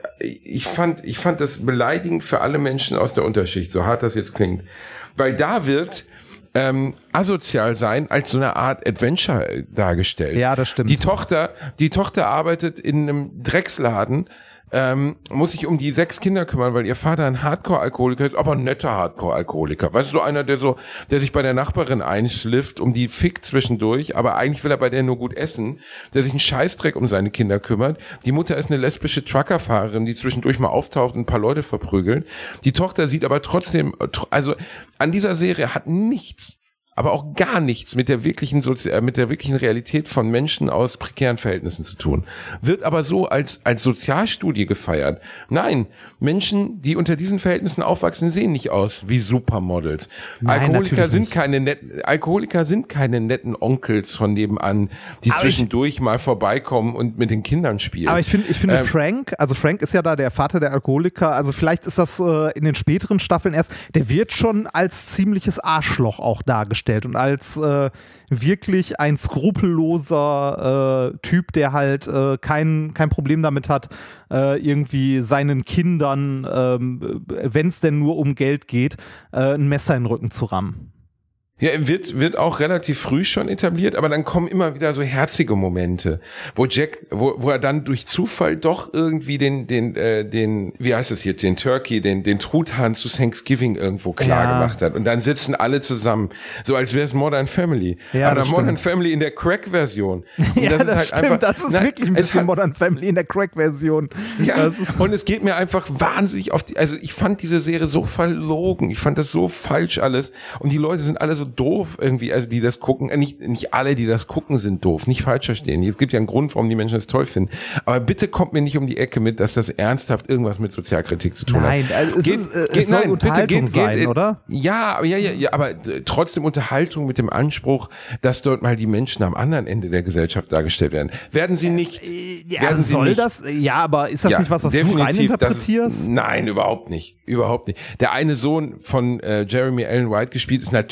ich fand, ich fand das beleidigend für alle Menschen aus der Unterschicht, so hart das jetzt klingt, weil da wird ähm, asozial sein als so eine Art Adventure dargestellt. Ja, das stimmt. Die Tochter, die Tochter arbeitet in einem Drecksladen. Ähm, muss sich um die sechs Kinder kümmern, weil ihr Vater ein Hardcore-Alkoholiker ist, aber ein netter Hardcore-Alkoholiker. Weißt du, so einer, der so, der sich bei der Nachbarin einschlifft, um die fickt zwischendurch, aber eigentlich will er bei der nur gut essen, der sich einen Scheißdreck um seine Kinder kümmert. Die Mutter ist eine lesbische Truckerfahrerin, die zwischendurch mal auftaucht und ein paar Leute verprügelt. Die Tochter sieht aber trotzdem, also an dieser Serie hat nichts, aber auch gar nichts mit der wirklichen Sozi- äh, mit der wirklichen Realität von Menschen aus prekären Verhältnissen zu tun. Wird aber so als als Sozialstudie gefeiert. Nein, Menschen, die unter diesen Verhältnissen aufwachsen, sehen nicht aus wie Supermodels. Nein, Alkoholiker sind nicht. keine netten Alkoholiker sind keine netten Onkels von nebenan, die aber zwischendurch ich, mal vorbeikommen und mit den Kindern spielen. Aber ich finde ich finde ähm, Frank, also Frank ist ja da der Vater der Alkoholiker, also vielleicht ist das äh, in den späteren Staffeln erst, der wird schon als ziemliches Arschloch auch dargestellt und als äh, wirklich ein skrupelloser äh, Typ, der halt äh, kein, kein Problem damit hat, äh, irgendwie seinen Kindern, ähm, wenn es denn nur um Geld geht, äh, ein Messer in den Rücken zu rammen. Ja, wird, wird auch relativ früh schon etabliert, aber dann kommen immer wieder so herzige Momente, wo Jack, wo, wo er dann durch Zufall doch irgendwie den, den, äh, den, wie heißt es hier, den Turkey, den, den Truthahn zu Thanksgiving irgendwo klar ja. gemacht hat. Und dann sitzen alle zusammen, so als wäre es Modern Family. Ja, aber Modern stimmt. Family in der Crack-Version. Und Ja, das, das ist halt stimmt, einfach, das ist na, wirklich ein bisschen hat, Modern Family in der Crack-Version. Ja, das ist und es geht mir einfach wahnsinnig auf die, also ich fand diese Serie so verlogen, ich fand das so falsch alles und die Leute sind alle so doof irgendwie, also die das gucken, nicht, nicht alle, die das gucken, sind doof, nicht falsch verstehen. Es gibt ja einen Grund, warum die Menschen das toll finden. Aber bitte kommt mir nicht um die Ecke mit, dass das ernsthaft irgendwas mit Sozialkritik zu tun nein, hat. Also es geht, ist, äh, geht, es soll nein, Unterhaltung bitte, geht, sein, geht, oder? Ja, aber ja, ja, ja, aber äh, trotzdem Unterhaltung mit dem Anspruch, dass dort mal die Menschen am anderen Ende der Gesellschaft dargestellt werden. Werden sie nicht. Ja, werden sie soll nicht, das? Ja, aber ist das ja, nicht was, was du definitiv, reininterpretierst? das ist, nein, überhaupt nicht. Überhaupt nicht. Der eine Sohn von äh, Jeremy Allen White gespielt ist natürlich hoch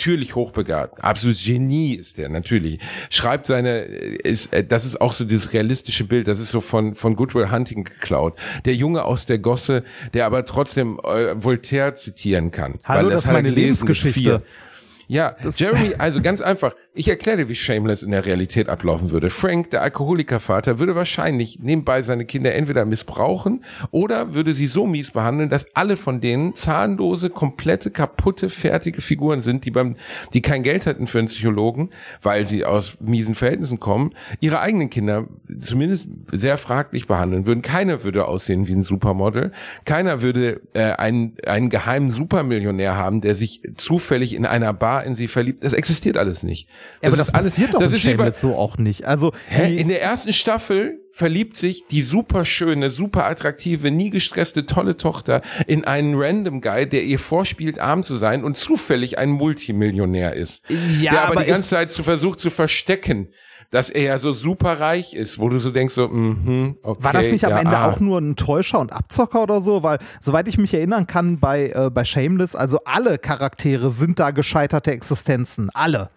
hochbegabt. Absolutes Genie ist der, natürlich. Schreibt seine, ist, das ist auch so dieses realistische Bild, das ist so von, von Good Will Hunting geklaut. Der Junge aus der Gosse, der aber trotzdem äh, Voltaire zitieren kann. Hallo, weil das ist hat er meine gelesen mit Lebensgeschichte. vier. Ja, das Jeremy, also ganz einfach, ich erkläre dir, wie Shameless in der Realität ablaufen würde. Frank, der Alkoholikervater, würde wahrscheinlich nebenbei seine Kinder entweder missbrauchen oder würde sie so mies behandeln, dass alle von denen zahnlose, komplette, kaputte, fertige Figuren sind, die beim, die kein Geld hätten für einen Psychologen, weil sie aus miesen Verhältnissen kommen, ihre eigenen Kinder zumindest sehr fraglich behandeln würden. Keiner würde aussehen wie ein Supermodel. Keiner würde äh, einen, einen geheimen Supermillionär haben, der sich zufällig in einer Bar in sie verliebt. Das existiert alles nicht. Das ja, aber das alles, passiert doch das in ist Shameless so auch nicht. Also hä? In der ersten Staffel verliebt sich die super schöne, super attraktive, nie gestresste, tolle Tochter in einen Random Guy, der ihr vorspielt, arm zu sein und zufällig ein Multimillionär ist. Ja, der aber, aber die ganze Zeit zu versucht zu verstecken, dass er ja so super reich ist, wo du so denkst, so, mhm, okay. War das nicht am ja, Ende ah. auch nur ein Täuscher und Abzocker oder so? Weil, soweit ich mich erinnern kann, bei, äh, bei Shameless, also alle Charaktere sind da gescheiterte Existenzen. Alle.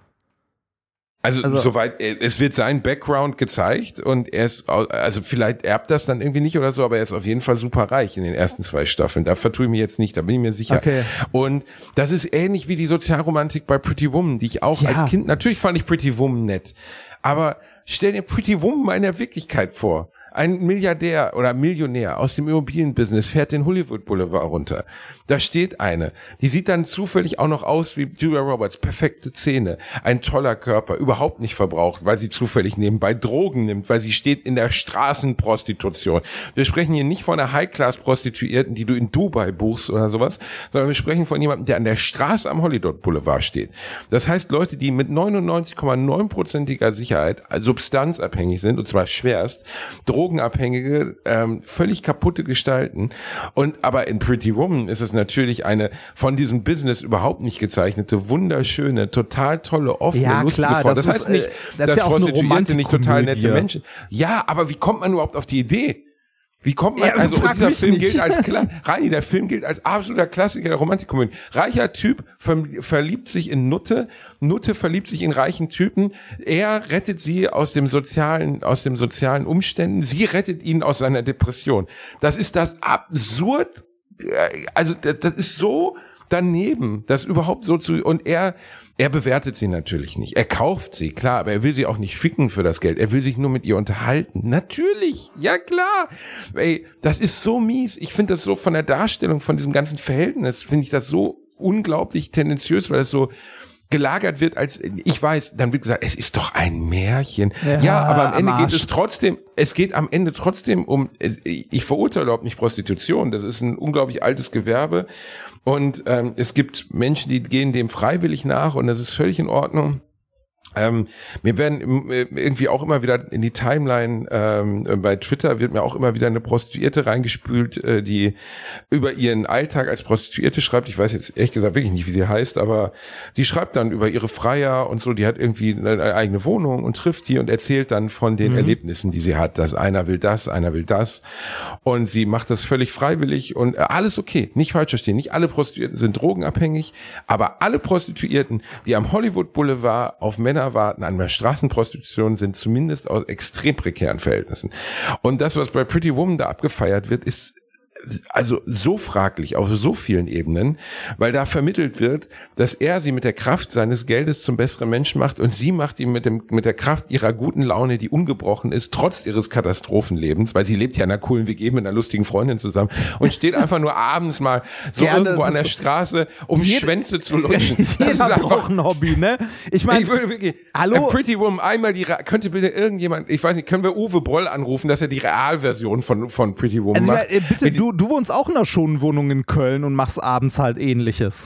Also, Also- soweit, es wird sein Background gezeigt und er ist, au- also vielleicht erbt das dann irgendwie nicht oder so, aber er ist auf jeden Fall super reich in den ersten zwei Staffeln. Da vertue ich mich jetzt nicht, da bin ich mir sicher. Okay. Und das ist ähnlich wie die Sozialromantik bei Pretty Woman, die ich auch Ja. als Kind, natürlich fand ich Pretty Woman nett, aber stell dir Pretty Woman mal in der Wirklichkeit vor. Ein Milliardär oder Millionär aus dem Immobilienbusiness fährt den Hollywood Boulevard runter. Da steht eine, die sieht dann zufällig auch noch aus wie Julia Roberts, perfekte Zähne, ein toller Körper, überhaupt nicht verbraucht, weil sie zufällig nebenbei Drogen nimmt, weil sie steht in der Straßenprostitution. Wir sprechen hier nicht von einer High-Class-Prostituierten, die du in Dubai buchst oder sowas, sondern wir sprechen von jemandem, der an der Straße am Hollywood Boulevard steht. Das heißt, Leute, die mit neunundneunzig Komma neun prozentiger Sicherheit substanzabhängig sind, und zwar schwerst, Drogenabhängige, ähm, völlig kaputte Gestalten. Und aber in Pretty Woman ist es natürlich eine von diesem Business überhaupt nicht gezeichnete, wunderschöne, total tolle, offene, Ja, lustige klar, Frau. das Das, ist, heißt nicht, äh, das ist dass ja auch eine Prostituierte nicht total nette Romantikkomödie. Menschen. Ja, aber wie kommt man überhaupt auf die Idee? Wie kommt man, Ja, also frag dieser mich Film nicht. gilt als klar, Reini, der Film gilt als absoluter Klassiker der Romantikkomödie. Reicher Typ ver verliebt sich in Nutte, Nutte verliebt sich in reichen Typen, er rettet sie aus dem sozialen, aus dem sozialen Umständen, sie rettet ihn aus seiner Depression. Das ist das absurd, äh, also das, das ist so daneben, das überhaupt so zu, und er, er bewertet sie natürlich nicht. Er kauft sie, klar, aber er will sie auch nicht ficken für das Geld. Er will sich nur mit ihr unterhalten. Natürlich, ja klar. Ey, das ist so mies. Ich finde das so von der Darstellung von diesem ganzen Verhältnis, finde ich das so unglaublich tendenziös, weil es so gelagert wird als, ich weiß, dann wird gesagt, es ist doch ein Märchen. Ja, Ja, aber am Ende am geht Arsch. es trotzdem, es geht am Ende trotzdem um, es, ich verurteile überhaupt nicht Prostitution, das ist ein unglaublich altes Gewerbe und ähm, es gibt Menschen, die gehen dem freiwillig nach und das ist völlig in Ordnung. Ähm, mir werden irgendwie auch immer wieder in die Timeline ähm, bei Twitter wird mir auch immer wieder eine Prostituierte reingespült, äh, die über ihren Alltag als Prostituierte schreibt. Ich weiß jetzt ehrlich gesagt wirklich nicht, wie sie heißt, aber die schreibt dann über ihre Freier und so. Die hat irgendwie eine eigene Wohnung und trifft die und erzählt dann von den mhm. Erlebnissen, die sie hat. Dass einer will das, einer will das und sie macht das völlig freiwillig und äh, alles okay. Nicht falsch verstehen. Nicht alle Prostituierten sind drogenabhängig, aber alle Prostituierten, die am Hollywood Boulevard auf Männer warten an der Straßenprostitution, sind zumindest aus extrem prekären Verhältnissen. Und das, was bei Pretty Woman da abgefeiert wird, ist also so fraglich auf so vielen Ebenen, weil da vermittelt wird, dass er sie mit der Kraft seines Geldes zum besseren Menschen macht und sie macht ihn mit dem mit der Kraft ihrer guten Laune, die ungebrochen ist, trotz ihres Katastrophenlebens, weil sie lebt ja in einer coolen W G mit einer lustigen Freundin zusammen und steht einfach nur abends mal so Gerne, irgendwo an der so Straße, um jede, Schwänze zu lutschen. Das ist Jeder einfach braucht ein Hobby, ne? Ich meine, ich würde wirklich, hallo? Pretty Woman, einmal die, könnte bitte irgendjemand, ich weiß nicht, können wir Uwe Boll anrufen, dass er die Realversion von, von Pretty Woman also ich macht? meine, bitte, Mit- du, du wohnst auch in einer schönen Wohnung in Köln und machst abends halt Ähnliches.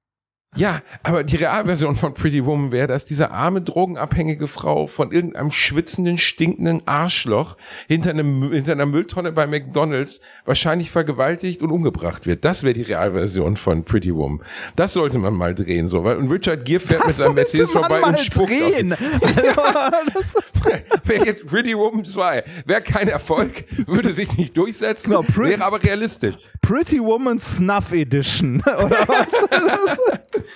Ja, aber die Realversion von Pretty Woman wäre, dass diese arme, drogenabhängige Frau von irgendeinem schwitzenden, stinkenden Arschloch hinter, einem, hinter einer Mülltonne bei McDonald's wahrscheinlich vergewaltigt und umgebracht wird. Das wäre die Realversion von Pretty Woman. Das sollte man mal drehen, so. Weil, und Richard Gere fährt Das mit seinem Mercedes sollte man vorbei und mal spuckt drehen. auf Wäre jetzt Pretty Woman zwei. Wäre kein Erfolg, würde sich nicht durchsetzen, Genau, Pretty- wäre aber realistisch. Pretty Woman Snuff Edition, oder was?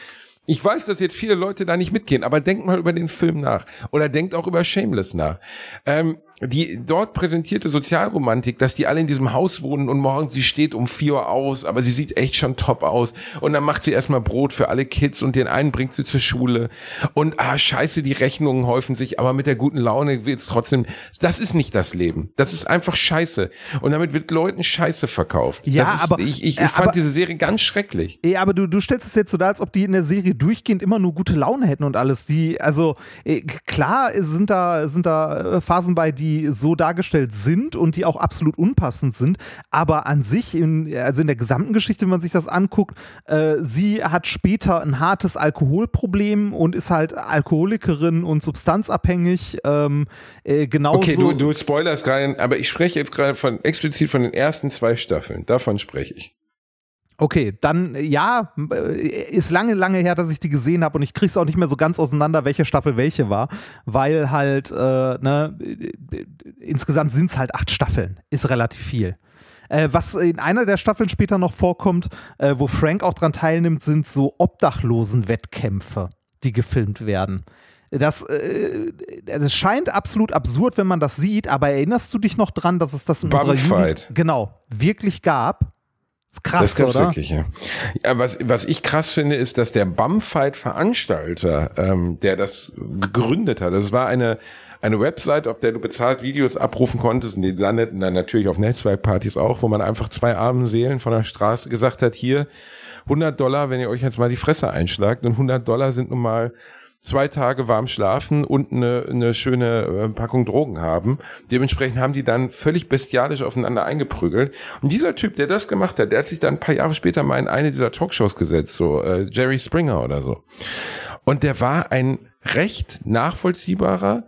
Ich weiß, dass jetzt viele Leute da nicht mitgehen, aber denkt mal über den Film nach. Oder denkt auch über Shameless nach. Ähm, die dort präsentierte Sozialromantik, dass die alle in diesem Haus wohnen und morgens, sie steht um vier Uhr aus, aber sie sieht echt schon top aus. Und dann macht sie erstmal Brot für alle Kids und den einen bringt sie zur Schule. Und ah, scheiße, die Rechnungen häufen sich, aber mit der guten Laune wird's trotzdem. Das ist nicht das Leben. Das ist einfach Scheiße. Und damit wird Leuten Scheiße verkauft. Ja, das ist, aber ich, ich, ich äh, fand aber, diese Serie ganz schrecklich. Ja, aber du, du stellst es jetzt so dar, als ob die in der Serie durchgehend immer nur gute Laune hätten und alles. Die, also äh, klar sind da, sind da Phasen bei, die so dargestellt sind und die auch absolut unpassend sind, aber an sich, in, also in der gesamten Geschichte, wenn man sich das anguckt, äh, sie hat später ein hartes Alkoholproblem und ist halt Alkoholikerin und substanzabhängig, ähm, äh, genauso. Okay, du, du spoilerst gerade, aber ich spreche jetzt gerade von explizit von den ersten zwei Staffeln, davon spreche ich. Okay, dann ja, ist lange, lange her, dass ich die gesehen habe und ich krieg's auch nicht mehr so ganz auseinander, welche Staffel welche war, weil halt, äh, ne, insgesamt sind's halt acht Staffeln, ist relativ viel. Äh, was in einer der Staffeln später noch vorkommt, äh, wo Frank auch dran teilnimmt, sind so Obdachlosen-Wettkämpfe, die gefilmt werden. Das, äh, das scheint absolut absurd, wenn man das sieht, aber erinnerst du dich noch dran, dass es das in unserer Jugend genau wirklich gab? Das ist krass, das gab's oder? Wirklich, ja. Ja, was, was ich krass finde, ist, dass der Bumfight-Veranstalter, ähm, der das gegründet hat, das war eine eine Website, auf der du bezahlt Videos abrufen konntest und die landeten dann natürlich auf Netzwerkpartys auch, wo man einfach zwei armen Seelen von der Straße gesagt hat, hier hundert Dollar, wenn ihr euch jetzt mal die Fresse einschlagt, und hundert Dollar sind nun mal zwei Tage warm schlafen und eine, eine schöne Packung Drogen haben. Dementsprechend haben die dann völlig bestialisch aufeinander eingeprügelt. Und dieser Typ, der das gemacht hat, der hat sich dann ein paar Jahre später mal in eine dieser Talkshows gesetzt, so äh, Jerry Springer oder so. Und der war ein recht nachvollziehbarer,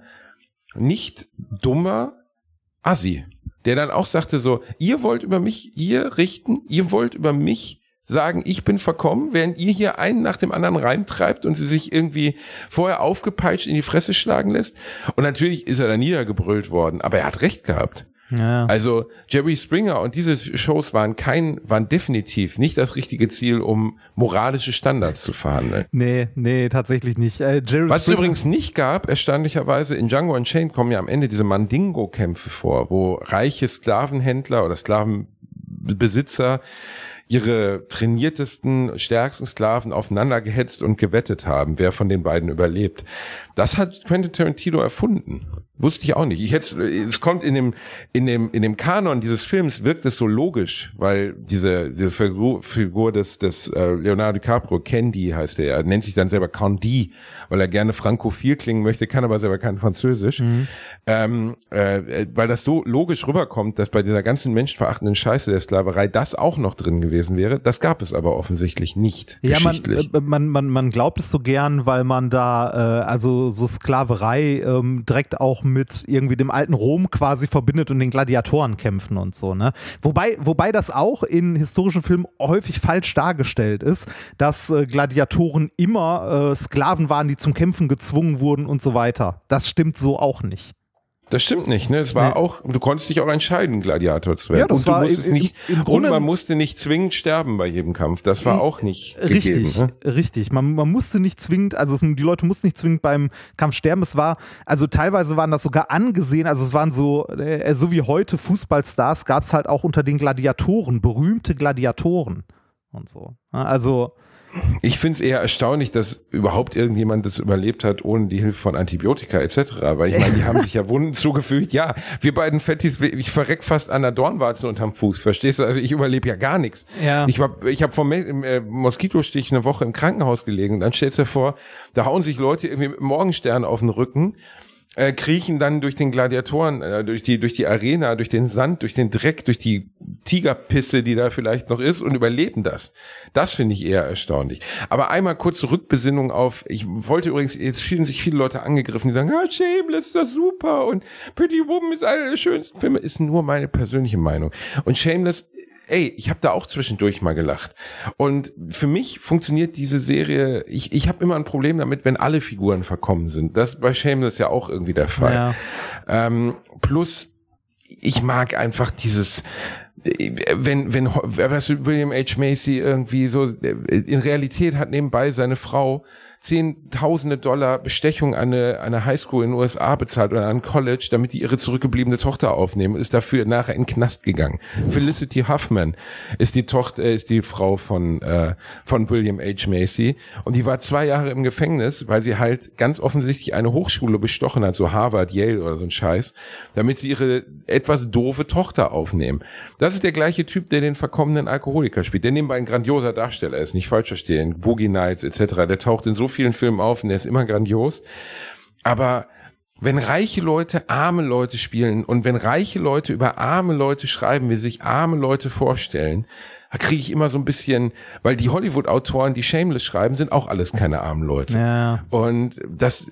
nicht dummer Assi, der dann auch sagte so, ihr wollt über mich, ihr richten, ihr wollt über mich sagen, ich bin verkommen, während ihr hier einen nach dem anderen reintreibt und sie sich irgendwie vorher aufgepeitscht in die Fresse schlagen lässt. Und natürlich ist er da niedergebrüllt worden, aber er hat recht gehabt. Ja. Also Jerry Springer und diese Shows waren kein, waren definitiv nicht das richtige Ziel, um moralische Standards zu verhandeln. Nee, nee, tatsächlich nicht. Äh, Jerry Was es Springer übrigens nicht gab, erstaunlicherweise, in Django Unchained kommen ja am Ende diese Mandingo-Kämpfe vor, wo reiche Sklavenhändler oder Sklavenbesitzer ihre trainiertesten, stärksten Sklaven aufeinander gehetzt und gewettet haben, wer von den beiden überlebt. Das hat Quentin Tarantino erfunden. Wusste ich auch nicht. Ich hätte, es kommt in dem, in dem, in dem Kanon dieses Films wirkt es so logisch, weil diese, diese Figur, Figur des, des äh, Leonardo DiCaprio, Candy heißt er, er nennt sich dann selber Candy, weil er gerne frankophil klingen möchte, kann aber selber kein Französisch, mhm. ähm, äh, weil das so logisch rüberkommt, dass bei dieser ganzen menschenverachtenden Scheiße der Sklaverei das auch noch drin gewesen wäre. Das gab es aber offensichtlich nicht. Ja, geschichtlich. Man, man, man, man glaubt es so gern, weil man da, äh, also so Sklaverei ähm, direkt auch mit irgendwie dem alten Rom quasi verbindet und den Gladiatorenkämpfen und so, ne? Wobei, wobei das auch in historischen Filmen häufig falsch dargestellt ist, dass äh, Gladiatoren immer äh, Sklaven waren, die zum Kämpfen gezwungen wurden und so weiter. Das stimmt so auch nicht. Das stimmt nicht, ne? Es war nee. auch, du konntest dich auch entscheiden, Gladiator zu werden. Ja, das und du war musstest im, nicht, im und man musste nicht zwingend sterben bei jedem Kampf. Das war auch nicht richtig, gegeben. Ne? Richtig. Man, man musste nicht zwingend, also es, die Leute mussten nicht zwingend beim Kampf sterben. Es war, also teilweise waren das sogar angesehen, also es waren so, äh, so wie heute Fußballstars, gab es halt auch unter den Gladiatoren, berühmte Gladiatoren und so. Also ich finde es eher erstaunlich, dass überhaupt irgendjemand das überlebt hat, ohne die Hilfe von Antibiotika et cetera. Weil ich meine, die haben sich ja Wunden zugefügt. Ja, wir beiden Fettis, ich verreck fast an der Dornwarze unterm Fuß. Verstehst du? Also ich überlebe ja gar nichts. Ja. Ich habe ich hab vom äh, Moskitostich eine Woche im Krankenhaus gelegen. Und dann stellst du dir vor, da hauen sich Leute irgendwie mit Morgenstern auf den Rücken, äh, kriechen dann durch den Gladiatoren, äh, durch die durch die Arena, durch den Sand, durch den Dreck, durch die Tigerpisse, die da vielleicht noch ist, und überleben das. Das finde ich eher erstaunlich. Aber einmal kurze Rückbesinnung auf, ich wollte übrigens, jetzt fühlen sich viele Leute angegriffen, die sagen, ah, Shameless, das ist super und Pretty Woman ist einer der schönsten Filme, ist nur meine persönliche Meinung. Und Shameless, ey, ich habe da auch zwischendurch mal gelacht. Und für mich funktioniert diese Serie, ich ich habe immer ein Problem damit, wenn alle Figuren verkommen sind. Das ist bei Shameless ja auch irgendwie der Fall. Ja. Ähm, plus, ich mag einfach dieses wenn, wenn, was William H. Macy irgendwie so, in Realität hat nebenbei seine Frau Zehntausende Dollar Bestechung an eine, an eine Highschool in den U S A bezahlt oder an ein College, damit die ihre zurückgebliebene Tochter aufnehmen und ist dafür nachher in den Knast gegangen. Felicity Huffman ist die Tochter, ist die Frau von, äh, von William H. Macy und die war zwei Jahre im Gefängnis, weil sie halt ganz offensichtlich eine Hochschule bestochen hat, so Harvard, Yale oder so ein Scheiß, damit sie ihre etwas doofe Tochter aufnehmen. Das ist der gleiche Typ, der den verkommenen Alkoholiker spielt, der nebenbei ein grandioser Darsteller ist, nicht falsch verstehen, Boogie Nights et cetera. Der taucht in so vielen Filmen auf und der ist immer grandios. Aber wenn reiche Leute arme Leute spielen und wenn reiche Leute über arme Leute schreiben, wie sich arme Leute vorstellen, da kriege ich immer so ein bisschen, weil die Hollywood-Autoren, die Shameless schreiben, sind auch alles keine armen Leute. Ja. Und das,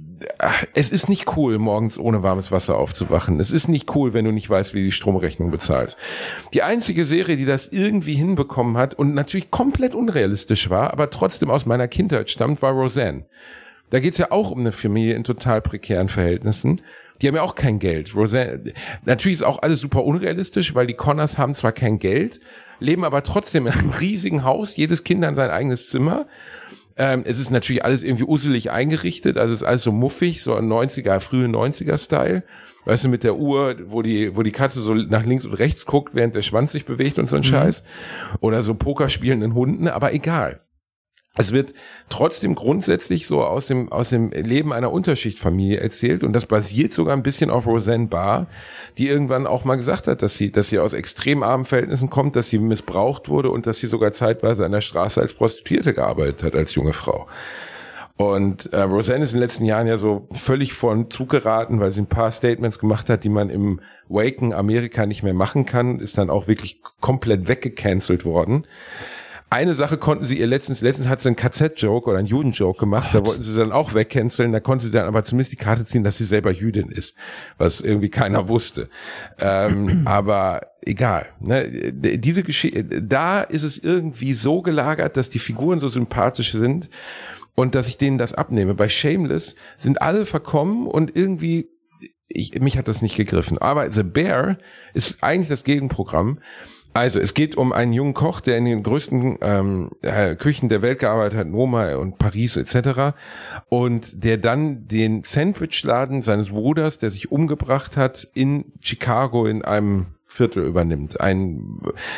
es ist nicht cool, morgens ohne warmes Wasser aufzuwachen. Es ist nicht cool, wenn du nicht weißt, wie du die Stromrechnung bezahlst. Die einzige Serie, die das irgendwie hinbekommen hat und natürlich komplett unrealistisch war, aber trotzdem aus meiner Kindheit stammt, war Roseanne. Da geht's ja auch um eine Familie in total prekären Verhältnissen. Die haben ja auch kein Geld. Roseanne, natürlich ist auch alles super unrealistisch, weil die Connors haben zwar kein Geld, leben aber trotzdem in einem riesigen Haus, jedes Kind an sein eigenes Zimmer. Ähm, es ist natürlich alles irgendwie usselig eingerichtet, also es ist alles so muffig, so ein neunziger, frühe neunziger-Style. Weißt du, mit der Uhr, wo die, wo die Katze so nach links und rechts guckt, während der Schwanz sich bewegt und so ein mhm. Scheiß. Oder so Poker spielenden Hunden, aber egal. Es wird trotzdem grundsätzlich so aus dem aus dem Leben einer Unterschichtfamilie erzählt und das basiert sogar ein bisschen auf Roseanne Barr, die irgendwann auch mal gesagt hat, dass sie dass sie aus extrem armen Verhältnissen kommt, dass sie missbraucht wurde und dass sie sogar zeitweise an der Straße als Prostituierte gearbeitet hat als junge Frau. Und äh, Roseanne ist in den letzten Jahren ja so völlig vor den Zug geraten, weil sie ein paar Statements gemacht hat, die man im waken Amerika nicht mehr machen kann, ist dann auch wirklich komplett weggecancelt worden. Eine Sache konnten sie ihr letztens, letztens hat sie einen K Z-Joke oder einen Juden-Joke gemacht, da wollten sie dann auch wegcanceln, da konnte sie dann aber zumindest die Karte ziehen, dass sie selber Jüdin ist, was irgendwie keiner wusste. Ähm, aber egal, ne? Diese Geschichte, da ist es irgendwie so gelagert, dass die Figuren so sympathisch sind und dass ich denen das abnehme. Bei Shameless sind alle verkommen und irgendwie, ich, mich hat das nicht gegriffen. Aber The Bear ist eigentlich das Gegenprogramm. Also, es geht um einen jungen Koch, der in den größten ähm, Küchen der Welt gearbeitet hat, Noma und Paris et cetera. Und der dann den Sandwichladen seines Bruders, der sich umgebracht hat, in Chicago in einem Viertel übernimmt. Ein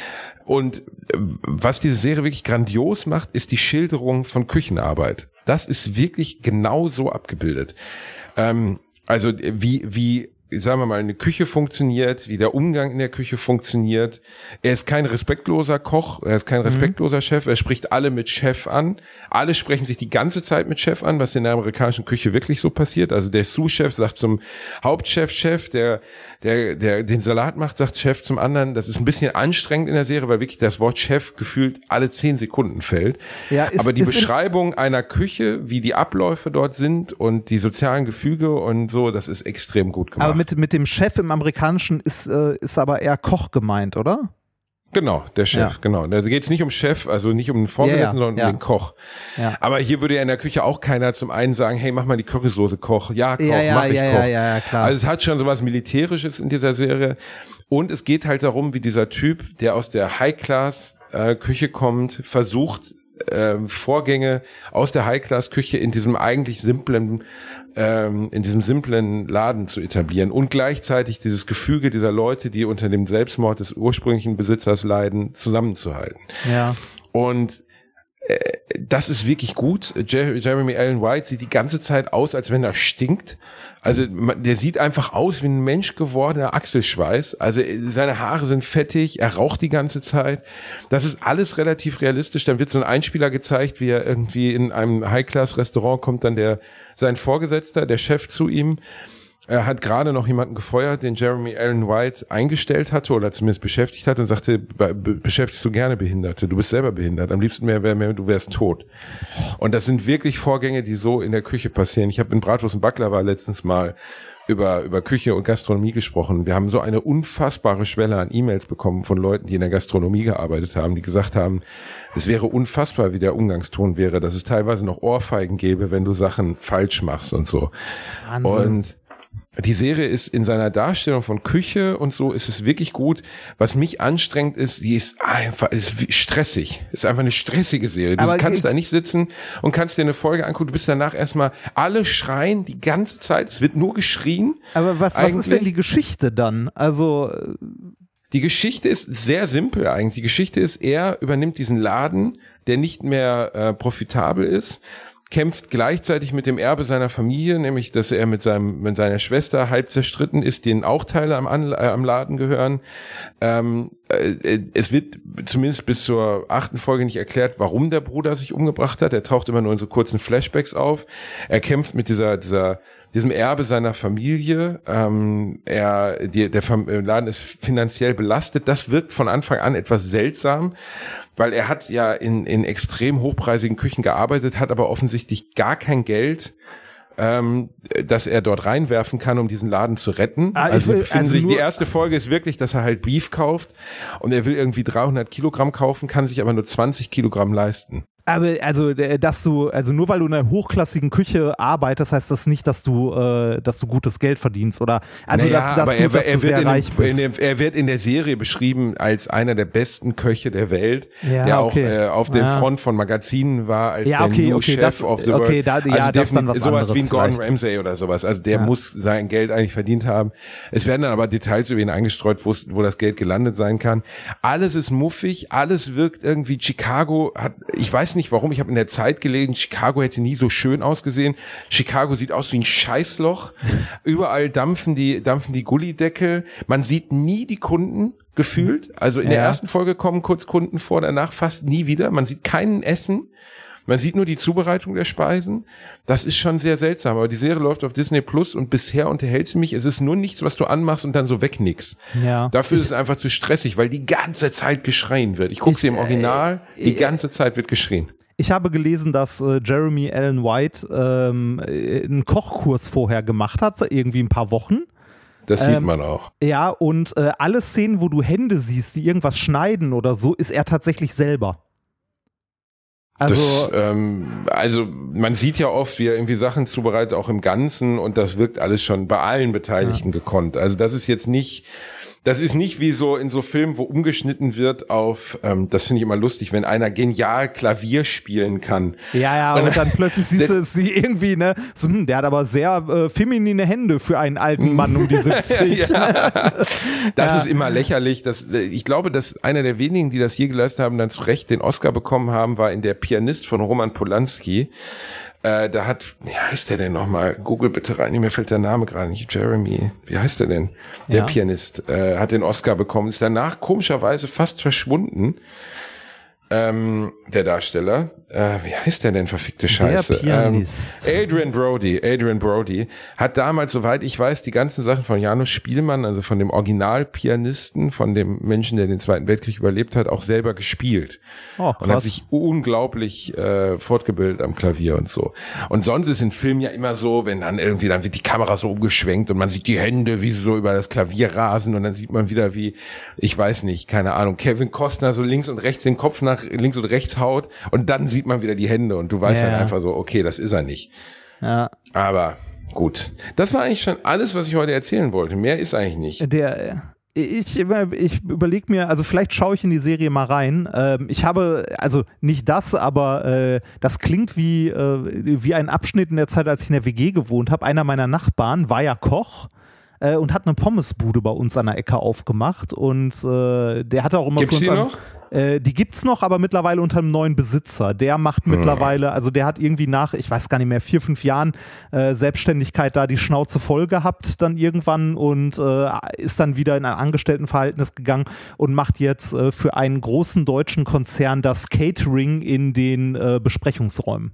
Und was diese Serie wirklich grandios macht, ist die Schilderung von Küchenarbeit. Das ist wirklich genau so abgebildet. Ähm, also wie wie sagen wir mal, eine Küche funktioniert, wie der Umgang in der Küche funktioniert. Er ist kein respektloser Koch, er ist kein respektloser mhm. Chef, er spricht alle mit Chef an. Alle sprechen sich die ganze Zeit mit Chef an, was in der amerikanischen Küche wirklich so passiert. Also der Sous-Chef sagt zum Hauptchef Chef, der der der den Salat macht, sagt Chef zum anderen. Das ist ein bisschen anstrengend in der Serie, weil wirklich das Wort Chef gefühlt alle zehn Sekunden fällt. Ja, ist, Aber die Beschreibung einer Küche, wie die Abläufe dort sind und die sozialen Gefüge und so, das ist extrem gut gemacht. Aber mit, mit dem Chef im Amerikanischen ist, äh, ist aber eher Koch gemeint, oder? Genau, der Chef, ja. genau. Da geht es nicht um Chef, also nicht um den Vorgesetzten, ja, ja, sondern ja. um den Koch. Ja. Aber hier würde ja in der Küche auch keiner zum einen sagen, hey, mach mal die Currysoße, Koch. Ja, Koch, ja, ja, mach ich ja, Koch. Ja, ja, ja, klar. Also es hat schon sowas Militärisches in dieser Serie. Und es geht halt darum, wie dieser Typ, der aus der High-Class-Küche kommt, versucht, äh, Vorgänge aus der High-Class-Küche in diesem eigentlich simplen ähm, in diesem simplen Laden zu etablieren und gleichzeitig dieses Gefüge dieser Leute, die unter dem Selbstmord des ursprünglichen Besitzers leiden, zusammenzuhalten. Ja. Und äh, das ist wirklich gut. Jer- Jeremy Allen White sieht die ganze Zeit aus, als wenn er stinkt. Also der sieht einfach aus wie ein Mensch gewordener Achselschweiß. Also seine Haare sind fettig, er raucht die ganze Zeit. Das ist alles relativ realistisch. Dann wird so ein Einspieler gezeigt, wie er irgendwie in einem High-Class-Restaurant kommt, dann der sein Vorgesetzter, der Chef zu ihm. Er hat gerade noch jemanden gefeuert, den Jeremy Allen White eingestellt hatte oder zumindest beschäftigt hat und sagte, be- beschäftigst du gerne Behinderte? Du bist selber behindert. Am liebsten mehr, mehr, mehr du wärst tot. Und das sind wirklich Vorgänge, die so in der Küche passieren. Ich habe in Bratwurst und Baklava letztens mal über über Küche und Gastronomie gesprochen. Wir haben so eine unfassbare Schwelle an E-Mails bekommen von Leuten, die in der Gastronomie gearbeitet haben, die gesagt haben, es wäre unfassbar, wie der Umgangston wäre, dass es teilweise noch Ohrfeigen gäbe, wenn du Sachen falsch machst und so. Wahnsinn. Und die Serie ist in seiner Darstellung von Küche und so ist es wirklich gut. Was mich anstrengt ist, sie ist einfach, ist stressig. Ist einfach eine stressige Serie. Du Aber kannst da nicht sitzen und kannst dir eine Folge angucken. Du bist danach erstmal, alle schreien die ganze Zeit. Es wird nur geschrien. Aber was, was ist denn die Geschichte dann? Also, die Geschichte ist sehr simpel eigentlich. Die Geschichte ist, er übernimmt diesen Laden, der nicht mehr äh, profitabel ist, kämpft gleichzeitig mit dem Erbe seiner Familie, nämlich, dass er mit seinem, mit seiner Schwester halb zerstritten ist, denen auch Teile am, Anla- äh, am Laden gehören. Ähm, äh, es wird zumindest bis zur achten Folge nicht erklärt, warum der Bruder sich umgebracht hat. Er taucht immer nur in so kurzen Flashbacks auf. Er kämpft mit dieser, dieser, diesem Erbe seiner Familie. Ähm, er, die, der Fam- Laden ist finanziell belastet. Das wirkt von Anfang an etwas seltsam, weil er hat ja in, in extrem hochpreisigen Küchen gearbeitet, hat aber offensichtlich gar kein Geld, ähm, das er dort reinwerfen kann, um diesen Laden zu retten. Ah, also, will, befinden also sich, nur, die erste Folge ist wirklich, dass er halt Beef kauft und er will irgendwie dreihundert Kilogramm kaufen, kann sich aber nur zwanzig Kilogramm leisten. Aber also, dass du, also nur weil du in einer hochklassigen Küche arbeitest, heißt das nicht, dass du, äh, dass du gutes Geld verdienst oder, also naja, dass, dass aber du, er, dass er du wird sehr in reich dem, bist. in dem, er wird in der Serie beschrieben als einer der besten Köche der Welt, Ja, der okay. auch äh, auf dem Ja. Front von Magazinen war als Ja, der okay, New okay, Chef das- of the okay, World. da- ja, also das ist dann was sowas anderes wie ein Gordon vielleicht. Ramsay oder sowas. Also der Ja. muss sein Geld eigentlich verdient haben. Es werden dann aber Details über ihn eingestreut, wo es- wo das Geld gelandet sein kann. Alles ist muffig, alles wirkt irgendwie. Chicago hat, ich weiß nicht warum, ich habe in der Zeit gelesen, Chicago hätte nie so schön ausgesehen. Chicago sieht aus wie ein Scheißloch. Überall dampfen die, dampfen die Gullideckel. Man sieht nie die Kunden gefühlt. Also in der Ja. ersten Folge kommen kurz Kunden vor, danach fast nie wieder. Man sieht keinen Essen. Man sieht nur die Zubereitung der Speisen. Das ist schon sehr seltsam. Aber die Serie läuft auf Disney Plus und bisher unterhält sie mich. Es ist nur nichts, was du anmachst und dann so wegnickst. Ja. Dafür Ich- ist es einfach zu stressig, weil die ganze Zeit geschrien wird. Ich gucke Ich, sie im Original. Die äh, ganze Zeit wird geschrien. Ich habe gelesen, dass äh, Jeremy Allen White ähm, äh, einen Kochkurs vorher gemacht hat, irgendwie ein paar Wochen. Das sieht Ähm, man auch. Ja, und äh, alle Szenen, wo du Hände siehst, die irgendwas schneiden oder so, ist er tatsächlich selber. Also, das, ähm, also man sieht ja oft, wie er irgendwie Sachen zubereitet, auch im Ganzen, und das wirkt alles schon bei allen Beteiligten ja. gekonnt. Also das ist jetzt nicht, das ist nicht wie so in so Filmen, wo umgeschnitten wird auf, ähm, das finde ich immer lustig, wenn einer genial Klavier spielen kann. Ja, ja, und, und dann plötzlich siehst du sie irgendwie, ne, so, hm, der hat aber sehr äh, feminine Hände für einen alten Mann um die siebzig. ja. Das ja. ist immer lächerlich. Das, ich glaube, dass einer der wenigen, die das je geleistet haben, dann zu Recht den Oscar bekommen haben, war in Der Pianist von Roman Polanski. Äh, da hat, wie heißt der denn nochmal? Google bitte rein, mir fällt der Name gerade nicht. Jeremy, wie heißt der denn? Der ja. Pianist äh, hat den Oscar bekommen, ist danach komischerweise fast verschwunden. Ähm, der Darsteller, äh, wie heißt der denn, verfickte Scheiße? Der Pianist. Ähm, Adrian Brody, Adrian Brody hat damals, soweit ich weiß, die ganzen Sachen von Janusz Spielmann, also von dem Originalpianisten, von dem Menschen, der den Zweiten Weltkrieg überlebt hat, auch selber gespielt. Oh, und hat krass. sich unglaublich äh, fortgebildet am Klavier und so. Und sonst ist in Filmen ja immer so, wenn dann irgendwie, dann wird die Kamera so umgeschwenkt und man sieht die Hände, wie sie so über das Klavier rasen, und dann sieht man wieder, wie, ich weiß nicht, keine Ahnung, Kevin Costner so links und rechts den Kopf nach links und rechts haut, und dann sieht man wieder die Hände und du weißt Ja. dann einfach so, okay, das ist er nicht. Ja. Aber gut. Das war eigentlich schon alles, was ich heute erzählen wollte. Mehr ist eigentlich nicht. Der, ich, ich überlege mir, also vielleicht schaue ich in die Serie mal rein. Ähm, ich habe, also nicht das, aber äh, das klingt wie, äh, wie ein Abschnitt in der Zeit, als ich in der W G gewohnt habe. Einer meiner Nachbarn war ja Koch äh, und hat eine Pommesbude bei uns an der Ecke aufgemacht, und äh, der hat auch immer Gibt's für uns die an, noch? Äh, die gibt's noch, aber mittlerweile unter einem neuen Besitzer. Der macht mittlerweile, also der hat irgendwie nach, ich weiß gar nicht mehr, vier, fünf Jahren äh, Selbstständigkeit da die Schnauze voll gehabt dann irgendwann, und äh, ist dann wieder in ein Angestelltenverhältnis gegangen und macht jetzt äh, für einen großen deutschen Konzern das Catering in den äh, Besprechungsräumen.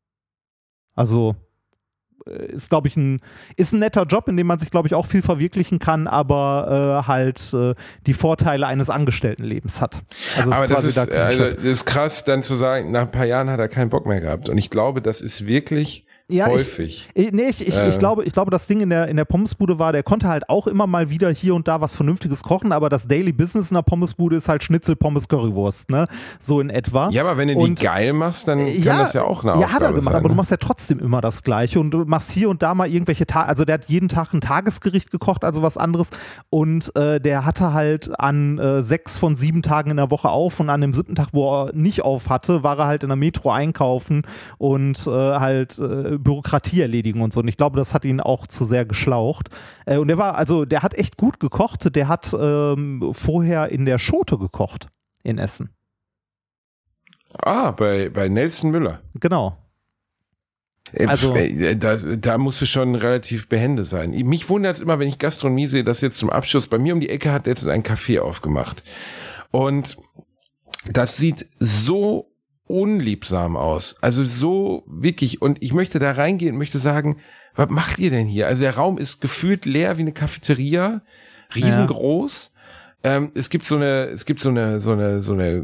Also ist, glaube ich, ein, ist ein netter Job, in dem man sich, glaube ich, auch viel verwirklichen kann, aber äh, halt äh, die Vorteile eines Angestelltenlebens hat. Also Aber das ist, da kein also, Chef. das ist krass, dann zu sagen, nach ein paar Jahren hat er keinen Bock mehr gehabt. Und ich glaube, das ist wirklich Ja, häufig. Ich, ich, nee, ich, ich, äh. ich, glaube, ich glaube, das Ding in der, in der Pommesbude war, der konnte halt auch immer mal wieder hier und da was Vernünftiges kochen, aber das Daily Business in der Pommesbude ist halt Schnitzel, Pommes, Currywurst, ne? So in etwa. Ja, aber wenn du und, die geil machst, dann kann ja, das ja auch eine Aufgabe sein. Ja, hat er gemacht, sein, aber ne? du machst ja trotzdem immer das Gleiche und du machst hier und da mal irgendwelche Tage, also der hat jeden Tag ein Tagesgericht gekocht, also was anderes und äh, der hatte halt an äh, sechs von sieben Tagen in der Woche auf und an dem siebten Tag, wo er nicht auf hatte, war er halt in der Metro einkaufen und äh, halt äh, Bürokratie erledigen und so. Und ich glaube, das hat ihn auch zu sehr geschlaucht. Äh, und der war, also der hat echt gut gekocht. Der hat ähm, vorher in der Schote gekocht in Essen. Ah, bei, bei Nelson Müller. Genau. Also äh, da, da musst du schon relativ behende sein. Mich wundert es immer, wenn ich Gastronomie sehe, dass jetzt zum Abschluss bei mir um die Ecke hat jetzt ein Café aufgemacht. Und das sieht so unliebsam aus. Also so wirklich. Und ich möchte da reingehen und möchte sagen, was macht ihr denn hier? Also der Raum ist gefühlt leer wie eine Cafeteria, riesengroß. Ja. Ähm, es gibt so eine, es gibt so eine, so eine, so eine,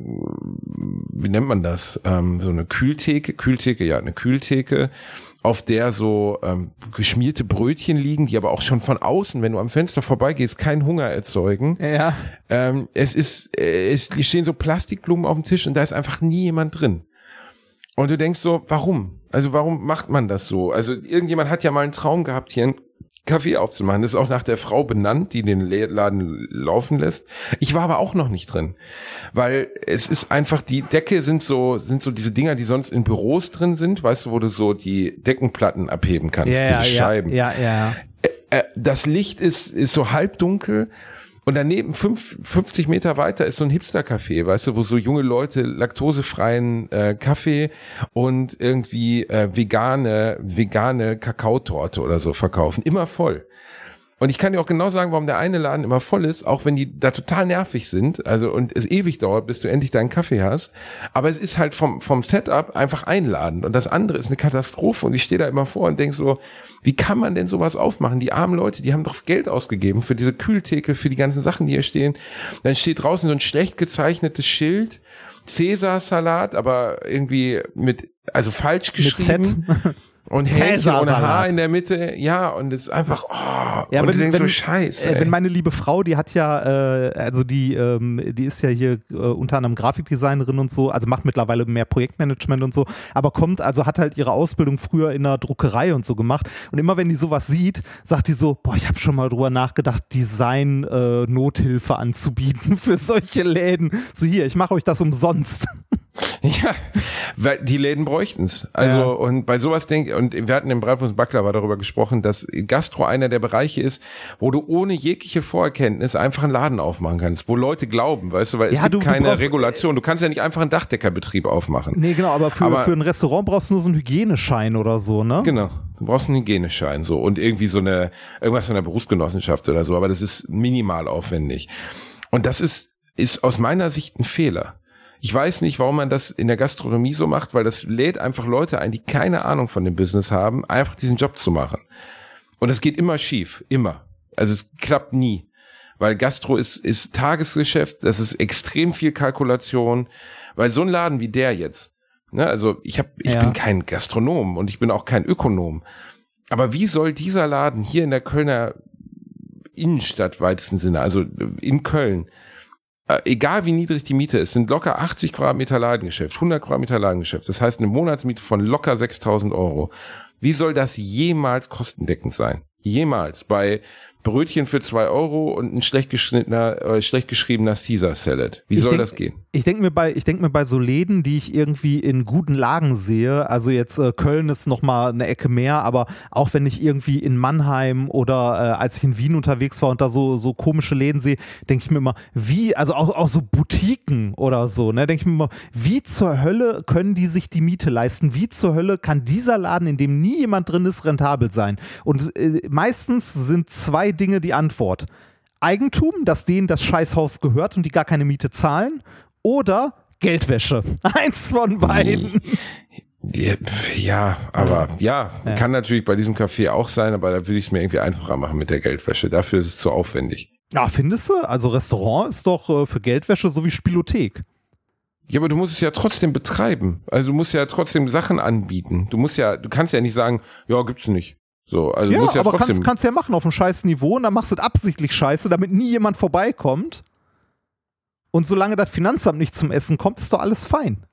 wie nennt man das? Ähm, so eine Kühltheke, Kühltheke, ja, eine Kühltheke, auf der so ähm, geschmierte Brötchen liegen, die aber auch schon von außen, wenn du am Fenster vorbeigehst, keinen Hunger erzeugen. Ja. Ähm, es ist, es stehen so Plastikblumen auf dem Tisch und da ist einfach nie jemand drin. Und du denkst so, warum? Also warum macht man das so? Also irgendjemand hat ja mal einen Traum gehabt, hier einen Kaffee aufzumachen. Das ist auch nach der Frau benannt, die den Laden laufen lässt. Ich war aber auch noch nicht drin, weil es ist einfach, die Decke sind so, sind so diese Dinger, die sonst in Büros drin sind, weißt du, wo du so die Deckenplatten abheben kannst, ja, diese ja, Scheiben. Ja, ja, ja. Äh, das Licht ist, ist so halbdunkel. Und daneben fünf, fünfzig Meter weiter ist so ein Hipster-Café, weißt du, wo so junge Leute laktosefreien äh, Kaffee und irgendwie äh, vegane vegane Kakaotorte oder so verkaufen. Immer voll. Und ich kann dir auch genau sagen, warum der eine Laden immer voll ist, auch wenn die da total nervig sind, also und es ewig dauert, bis du endlich deinen Kaffee hast. Aber es ist halt vom vom Setup einfach einladend und das andere ist eine Katastrophe und ich stehe da immer vor und denk so, wie kann man denn sowas aufmachen? Die armen Leute, die haben doch Geld ausgegeben für diese Kühltheke, für die ganzen Sachen, die hier stehen. Dann steht draußen so ein schlecht gezeichnetes Schild, Cäsar-Salat, aber irgendwie mit, also falsch geschrieben. Mit Z. Und Hähnchen ohne Haar in der Mitte, ja, und es ist einfach, oh, ja, und wenn, du denkst wenn, so, scheiße. Äh, wenn meine liebe Frau, die hat ja, äh, also die, ähm, die ist ja hier äh, unter anderem Grafikdesignerin und so, also macht mittlerweile mehr Projektmanagement und so, aber kommt, also hat halt ihre Ausbildung früher in einer Druckerei und so gemacht und immer wenn die sowas sieht, sagt die so, boah, ich habe schon mal drüber nachgedacht, Design-Nothilfe äh, anzubieten für solche Läden. So hier, ich mache euch das umsonst. Ja, weil die Läden bräuchten's. Also ja. Und bei sowas denke und wir hatten im Bratwurst Baklava darüber gesprochen, dass Gastro einer der Bereiche ist, wo du ohne jegliche Vorerkenntnis einfach einen Laden aufmachen kannst, wo Leute glauben, weißt du, weil es ja, gibt du, keine du brauchst, Regulation. Du kannst ja nicht einfach einen Dachdeckerbetrieb aufmachen. Nee, genau, aber für, aber für ein Restaurant brauchst du nur so einen Hygieneschein oder so, ne? Genau. Du brauchst einen Hygieneschein so und irgendwie so eine irgendwas von der Berufsgenossenschaft oder so, aber das ist minimal aufwendig. Und das ist ist aus meiner Sicht ein Fehler. Ich weiß nicht, warum man das in der Gastronomie so macht, weil das lädt einfach Leute ein, die keine Ahnung von dem Business haben, einfach diesen Job zu machen. Und es geht immer schief, immer. Also es klappt nie, weil Gastro ist ist Tagesgeschäft, das ist extrem viel Kalkulation, weil so ein Laden wie der jetzt, ne, also ich hab, ich ja. bin kein Gastronom und ich bin auch kein Ökonom, aber wie soll dieser Laden hier in der Kölner Innenstadt weitesten Sinne, also in Köln, egal wie niedrig die Miete ist, sind locker achtzig Quadratmeter Ladengeschäft, hundert Quadratmeter Ladengeschäft. Das heißt eine Monatsmiete von locker sechstausend Euro. Wie soll das jemals kostendeckend sein? Jemals. Bei Brötchen für zwei Euro und ein schlecht geschnittener, äh, schlecht geschriebener Caesar Salad. Wie ich soll denk, das gehen? Ich denke mir bei, ich denke mir bei so Läden, die ich irgendwie in guten Lagen sehe, also jetzt äh, Köln ist nochmal eine Ecke mehr, aber auch wenn ich irgendwie in Mannheim oder äh, als ich in Wien unterwegs war und da so, so komische Läden sehe, denke ich mir immer, wie, also auch, auch so Boutiquen oder so, ne, denke ich mir immer, wie zur Hölle können die sich die Miete leisten? Wie zur Hölle kann dieser Laden, in dem nie jemand drin ist, rentabel sein? Und äh, meistens sind zwei Dinge die Antwort. Eigentum, dass denen das Scheißhaus gehört und die gar keine Miete zahlen, oder Geldwäsche. Eins von beiden. Ja, ja aber ja, ja, kann natürlich bei diesem Café auch sein, aber da würde ich es mir irgendwie einfacher machen mit der Geldwäsche. Dafür ist es zu aufwendig. Ja, findest du? Also Restaurant ist doch äh, für Geldwäsche so wie Spielothek. Ja, aber du musst es ja trotzdem betreiben. Also du musst ja trotzdem Sachen anbieten. Du musst ja, du kannst ja nicht sagen, ja, gibt's nicht. So, also Ja, du musst ja aber trotzdem. kannst, kannst ja machen auf einem scheiß Niveau und dann machst du es absichtlich scheiße, damit nie jemand vorbeikommt. Und solange das Finanzamt nicht zum Essen kommt, ist doch alles fein.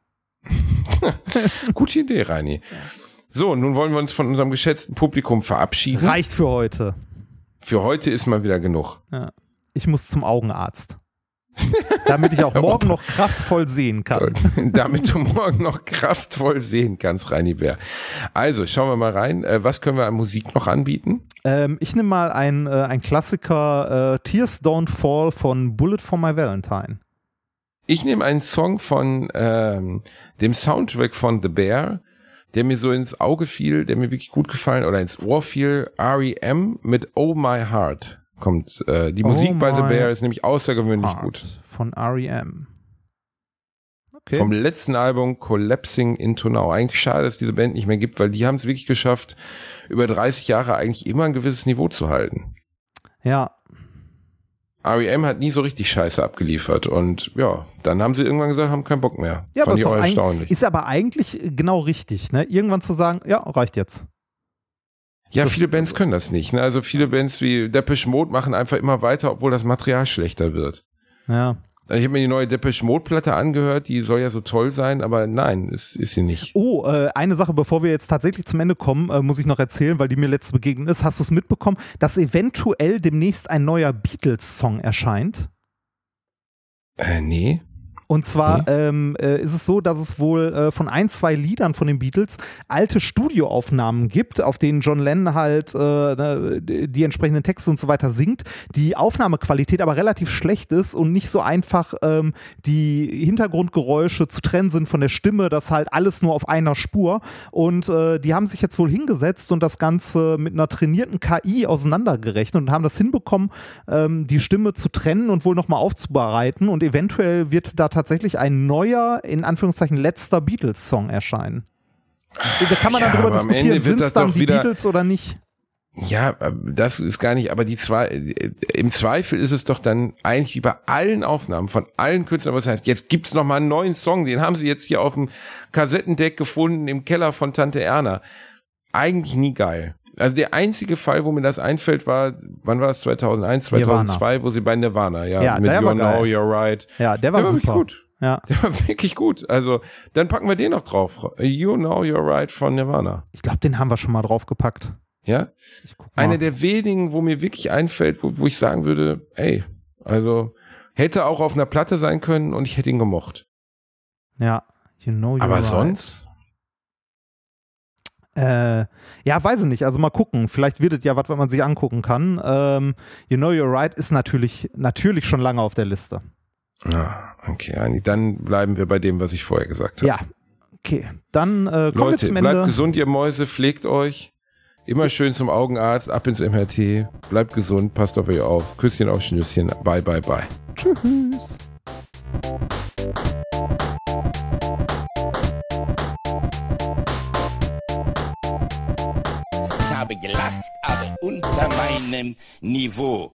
Gute Idee, Reini. So, nun wollen wir uns von unserem geschätzten Publikum verabschieden. Reicht für heute. Für heute ist mal wieder genug. Ja. Ich muss zum Augenarzt. Damit ich auch morgen noch kraftvoll sehen kann. Damit du morgen noch kraftvoll sehen kannst, Reini Bär. Also, schauen wir mal rein. Was können wir an Musik noch anbieten? Ähm, ich nehme mal ein, äh, ein Klassiker, äh, Tears Don't Fall von Bullet for My Valentine. Ich nehme einen Song von ähm, dem Soundtrack von The Bear, der mir so ins Auge fiel, der mir wirklich gut gefallen oder ins Ohr fiel. R E M mit Oh My Heart. Kommt, äh, die Oh Musik bei The My Bear ist nämlich außergewöhnlich Heart gut. Von R E M. Okay. Vom letzten Album Collapsing into Now. Eigentlich schade, dass es diese Band nicht mehr gibt, weil die haben es wirklich geschafft, über dreißig Jahre eigentlich immer ein gewisses Niveau zu halten. Ja. R E M hat nie so richtig Scheiße abgeliefert und ja, dann haben sie irgendwann gesagt, haben keinen Bock mehr. Ja, Fand aber ich ist, auch doch erstaunlich. ist aber eigentlich genau richtig, ne? Irgendwann zu sagen, ja, reicht jetzt. Ja, Das- viele Bands können das nicht. Ne? Also viele Bands wie Depeche Mode machen einfach immer weiter, obwohl das Material schlechter wird. Ja. Ich habe mir die neue Depeche Mode Platte angehört, die soll ja so toll sein, aber nein, ist, ist sie nicht. Oh, äh, eine Sache, bevor wir jetzt tatsächlich zum Ende kommen, äh, muss ich noch erzählen, weil die mir letzte begegnet ist. Hast du es mitbekommen, dass eventuell demnächst ein neuer Beatles-Song erscheint? Äh, nee. Und zwar Okay. ähm, äh, ist es so, dass es wohl äh, von ein, zwei Liedern von den Beatles alte Studioaufnahmen gibt, auf denen John Lennon halt äh, ne, die entsprechenden Texte und so weiter singt, die Aufnahmequalität aber relativ schlecht ist und nicht so einfach ähm, die Hintergrundgeräusche zu trennen sind von der Stimme, das halt alles nur auf einer Spur. Und äh, die haben sich jetzt wohl hingesetzt und das Ganze mit einer trainierten K I auseinandergerechnet und haben das hinbekommen, ähm, die Stimme zu trennen und wohl nochmal aufzubereiten. Und eventuell wird da tatsächlich ein neuer, in Anführungszeichen letzter Beatles-Song erscheinen. Da kann man Ja, dann drüber aber am diskutieren, Ende wird sind es das dann doch die wieder- Beatles oder nicht? Ja, das ist gar nicht, aber die zwei, im Zweifel ist es doch dann eigentlich wie bei allen Aufnahmen von allen Künstlern, was heißt, jetzt gibt's noch mal einen neuen Song, den haben sie jetzt hier auf dem Kassettendeck gefunden im Keller von Tante Erna. Eigentlich nie geil. Also der einzige Fall, wo mir das einfällt, war, wann war es, zweitausendeins, zweitausendzwei, wo sie bei Nirvana, ja, Ja, mit der You war Know geil. You're Right. Ja, der war Der war wirklich super. gut. Ja. Der war wirklich gut. Also, dann packen wir den noch drauf. You Know You're Right von Nirvana. Ich glaube, den haben wir schon mal draufgepackt. Ja? Ich guck mal. Einer der wenigen, wo mir wirklich einfällt, wo, wo ich sagen würde, ey, also, hätte auch auf einer Platte sein können und ich hätte ihn gemocht. Ja. You know you're Aber right. sonst? Äh, ja, weiß ich nicht. Also mal gucken. Vielleicht wird es ja was, was man sich angucken kann. Ähm, You Know You're Right ist natürlich, natürlich schon lange auf der Liste. Ah, okay, Anni, dann bleiben wir bei dem, was ich vorher gesagt habe. Ja. Okay. Dann äh, kommen wir Leute, zum Ende. bleibt gesund, ihr Mäuse, pflegt euch. Immer schön zum Augenarzt, ab ins M R T. Bleibt gesund, passt auf euch auf. Küsschen auf Schnüsschen. Bye, bye, bye. Tschüss. Ich habe gelacht, aber unter meinem Niveau.